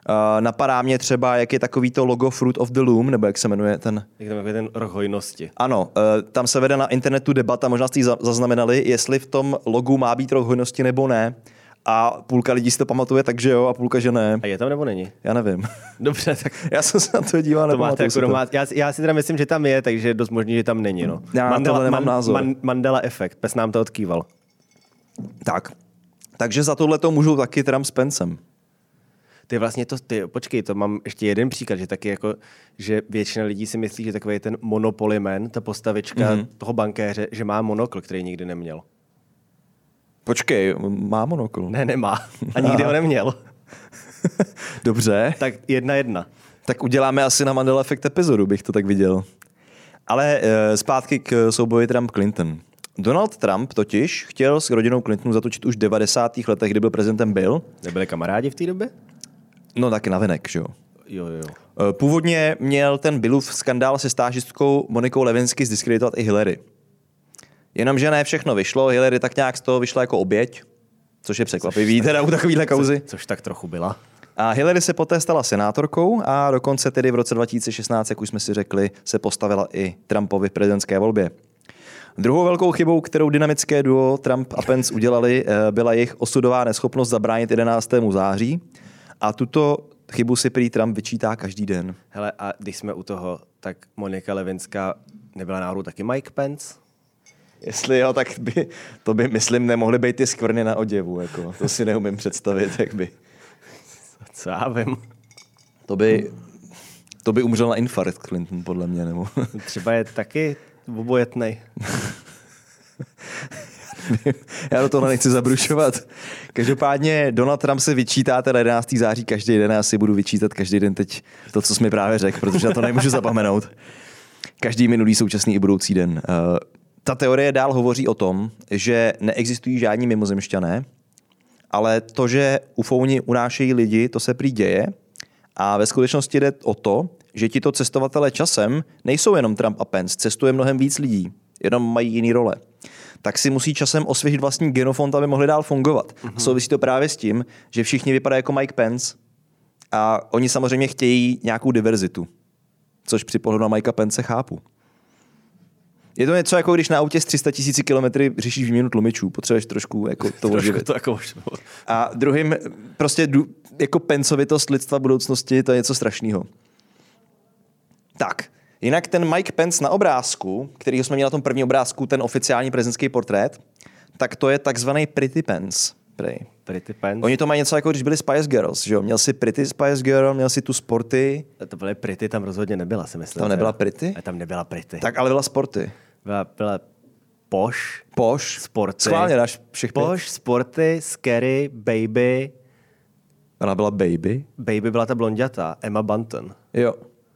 Uh, napadá mě třeba, jak je takový to logo Fruit of the Loom, nebo jak se jmenuje ten... Jak tam je ten roh hojnosti. Ano, uh, tam se vede na internetu debata, možná jste ji zaznamenali, jestli v tom logu má být roh hojnosti nebo ne. A půlka lidí si to pamatuje, takže jo, a půlka, že ne. A je tam nebo není? Já nevím. Dobře, tak... Já jsem se na to díval, to máte nepamatuju jako doma. Já, já si teda myslím, že tam je, takže je dost možný, že tam není. No. Já Mandela, nemám man, názor. Man, Mandela efekt, pes nám to odkýval. Tak, takže za tohle to můžu taky Trump s Pencem. Ty vlastně to, ty, počkej, to mám ještě jeden příklad, že taky jako, že většina lidí si myslí, že takový ten Monopoly Man, ta postavička mm-hmm. toho bankéře, že má monokl, který nikdy neměl. Počkej, má monokl? Ne, nemá. A nikdy ho neměl. Dobře. Tak jedna jedna. Tak uděláme asi na Mandela Effect epizodu, bych to tak viděl. Ale e, zpátky k souboji Trump-Clinton. Donald Trump totiž chtěl s rodinou Clintonu zatočit už v devadesátých letech, kdy byl prezidentem Bill. Nebyli kamarádi v té době? No taky navenek, že jo. Jo, jo. Původně měl ten Billův skandál se stážistkou Monikou Lewinsky zdiskreditovat i Hillary. Jenomže ne všechno vyšlo, Hillary tak nějak z toho vyšla jako oběť, což je překvapivý teda u takovýhle kauzy. Co, což tak trochu byla. A Hillary se poté stala senátorkou a dokonce tedy v roce dva tisíce šestnáct, jak už jsme si řekli, se postavila i Trumpovi v prezidentské volbě. Druhou velkou chybou, kterou dynamické duo Trump a Pence udělali, byla jejich osudová neschopnost zabránit jedenáctému září. A tuto chybu si prý Trump vyčítá každý den. Hele, a když jsme u toho, tak Monika Lewinská nebyla náhodou taky Mike Pence? Jestli jo, tak by, to by, myslím, nemohly být ty skvrny na oděvu. Jako. To si neumím představit, jak by. Co já vím. To by, to by umřel na infarkt Clinton, podle mě. Nebo. Třeba je taky obojetnej. Já do toho nechci zabrušovat. Každopádně Donald Trump se vyčítá teda jedenáctého září každý den. Já si budu vyčítat každý den teď to, co jsi mi právě řekl, protože já to nemůžu zapomenout. Každý minulý, současný i budoucí den. Uh, ta teorie dál hovoří o tom, že neexistují žádní mimozemšťané, ale to, že ufouni unášejí lidi, to se prý děje. A ve skutečnosti jde o to, že tito cestovatelé časem nejsou jenom Trump a Pence, cestuje mnohem víc lidí, jenom mají jiný role. Tak si musí časem osvěžit vlastní genofond, aby mohli dál fungovat. Mm-hmm. A souvisí to právě s tím, že všichni vypadají jako Mike Pence a oni samozřejmě chtějí nějakou diverzitu, což při pohledu na Mikea Pence chápu. Je to něco jako když na autě z tři sta tisíc kilometrů řešíš výměnu tlumičů, potřebuješ trošku jako to oživit. To jako... A druhým, prostě jako pencovitost lidstva budoucnosti, to je něco strašného. Tak, jinak ten Mike Pence na obrázku, který jsme měli na tom prvním obrázku, ten oficiální prezidentský portrét, tak to je takzvaný Pretty Pence. Prej. Pretty Pence. Oni to mají něco jako když byli Spice Girls, že jo? Měl si Pretty Spice Girl, měl si tu Sporty. To byly Pretty, tam rozhodně nebyla, si myslím. Tam nebyla Pretty? A tam nebyla Pretty. Tak ale byla Sporty. Byla, byla Posh. Posh. Sporty. Schválně dáš všech pět. Posh, Sporty, Scary, Baby. Ona byla Baby? Baby byla ta blondětá, Emma Bunton. Jo.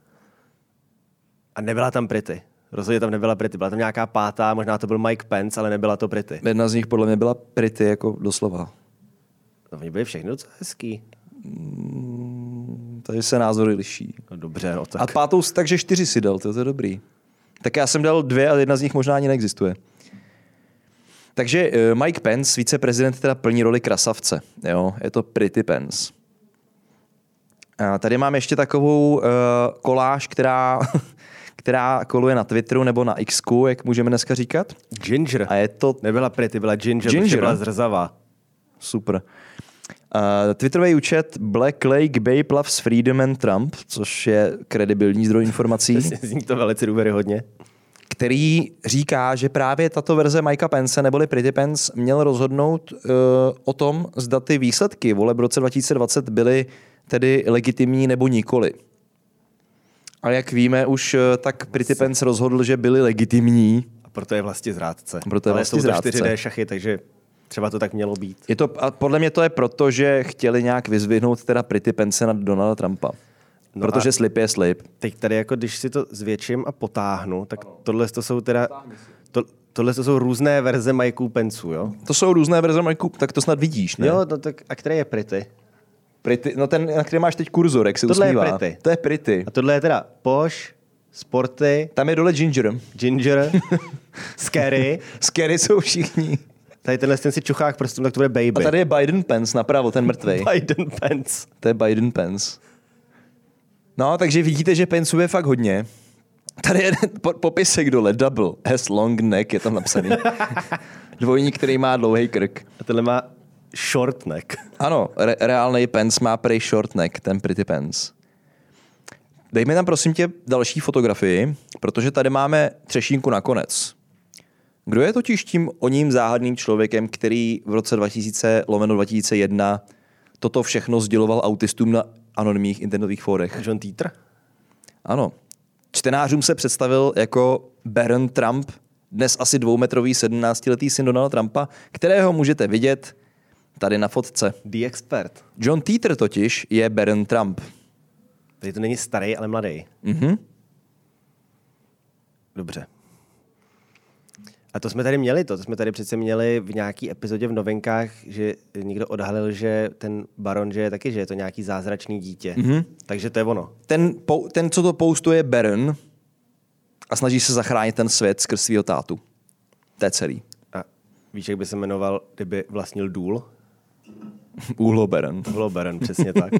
A nebyla tam Pretty. Rozhodně tam nebyla Pretty. Byla tam nějaká pátá, možná to byl Mike Pence, ale nebyla to Pretty. Jedna z nich podle mě byla Pretty, jako doslova. No, oni byli všechny docela hezký. Mm, tady se názory liší. No dobře, no tak. A pátou, takže čtyři si dal, to je dobrý. Tak já jsem dal dvě a jedna z nich možná ani neexistuje. Takže uh, Mike Pence, viceprezident, teda plní roli krasavce. Jo? Je to Pretty Pence. A tady mám ještě takovou uh, koláž, která, která koluje na Twitteru nebo na Xku, jak můžeme dneska říkat. Ginger. A je to... Nebyla Pretty, byla Ginger, Ginger byla zrzavá. Super. Uh, Twitterový účet Black Lake Babe Loves Freedom and Trump, což je kredibilní zdroj informací. Zní to velice důvěryhodně. Který říká, že právě tato verze Mikea Pence neboli Pretty Pence měl rozhodnout uh, o tom, zda ty výsledky voleb v roce dva tisíce dvacet byly tedy legitimní nebo nikoli. A jak víme už, tak Pretty Pence rozhodl, že byly legitimní. A proto je vlastně zrádce. Proto je ale vlastně jsou to zrádce. čtyři dé šachy, takže třeba to tak mělo být. Je to, a podle mě to je proto, že chtěli nějak vyzvihnout teda Pretty Pence nad Donalda Trumpa. No protože slib je slib. Teď tady jako, když si to zvětším a potáhnu, tak tohle to jsou teda... To, tohle to jsou různé verze Mikeů Penceů, jo? To jsou různé verze Mikeů, tak to snad vidíš, ne? Jo, no tak a který je Pretty? Pretty, no ten, na který máš teď kurzor, jak se tohle usmívá. Je Pretty. To je Pretty. A tohle je teda Posh, Sporty. Tam je dole Ginger. Ginger, Scary. Scary jsou všichni. Tady tenhle ten si čuchák prostě, tak to bude baby. A tady je Biden Pence napravo, ten mrtvej. Biden Pence. To je Biden Pence. No, takže vidíte, že Penceů je fakt hodně. Tady je po- popisek dole, double, has long neck, je tam napsaný. Dvojník, který má dlouhý krk. A tenhle má short neck. Ano, re- reálnej Pence má prej short neck, ten pretty Pence. Dejme tam prosím tě další fotografii, protože tady máme třešínku nakonec. Kdo je totiž tím oním záhadným člověkem, který v roce dva tisíce lomeno dva tisíce jedna toto všechno sděloval autistům na anonymních internetových fórech? John Titor? Ano. Čtenářům se představil jako Baron Trump, dnes asi dvoumetrový sedmnáctiletý syn Donalda Trumpa, kterého můžete vidět tady na fotce. The Expert. John Titor totiž je Baron Trump. Tady to není starý, ale mladý. Mhm. Dobře. A to jsme tady měli, to, to jsme tady přece měli v nějaký epizodě v novinkách, že někdo odhalil, že ten baron, že je taky, že je to nějaký zázračný dítě. Mm-hmm. Takže to je ono. Ten, ten, co to postuje Baron a snaží se zachránit ten svět skrz svýho tátu. To je celý. A víš, jak by se jmenoval, kdyby vlastnil důl? Úhlo Baron. Úhlo Baron, přesně tak.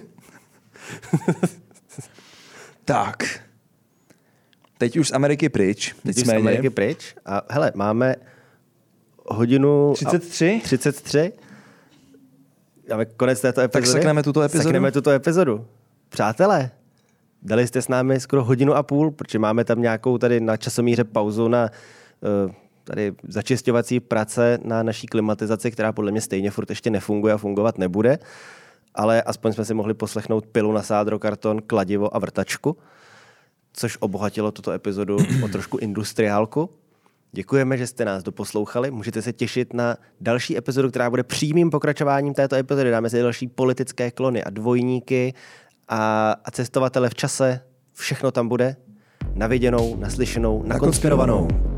Tak. Teď už z Ameriky pryč. Teď už z Ameriky pryč. A hele, máme hodinu... třicet tři? třicet tři. Máme konec této epizody. Tak sakneme tuto epizodu. Sakneme tuto epizodu. Přátelé, dali jste s námi skoro hodinu a půl, protože máme tam nějakou tady na časomíře pauzu na uh, tady začisťovací práce na naší klimatizaci, která podle mě stejně furt ještě nefunguje a fungovat nebude. Ale aspoň jsme si mohli poslechnout pilu na sádrokarton, kladivo a vrtačku, což obohatilo tuto epizodu o trošku industriálku. Děkujeme, že jste nás doposlouchali. Můžete se těšit na další epizodu, která bude přímým pokračováním této epizody. Dáme si další politické klony a dvojníky a, a cestovatele v čase. Všechno tam bude. Na viděnou, naslyšenou, nakonspirovanou.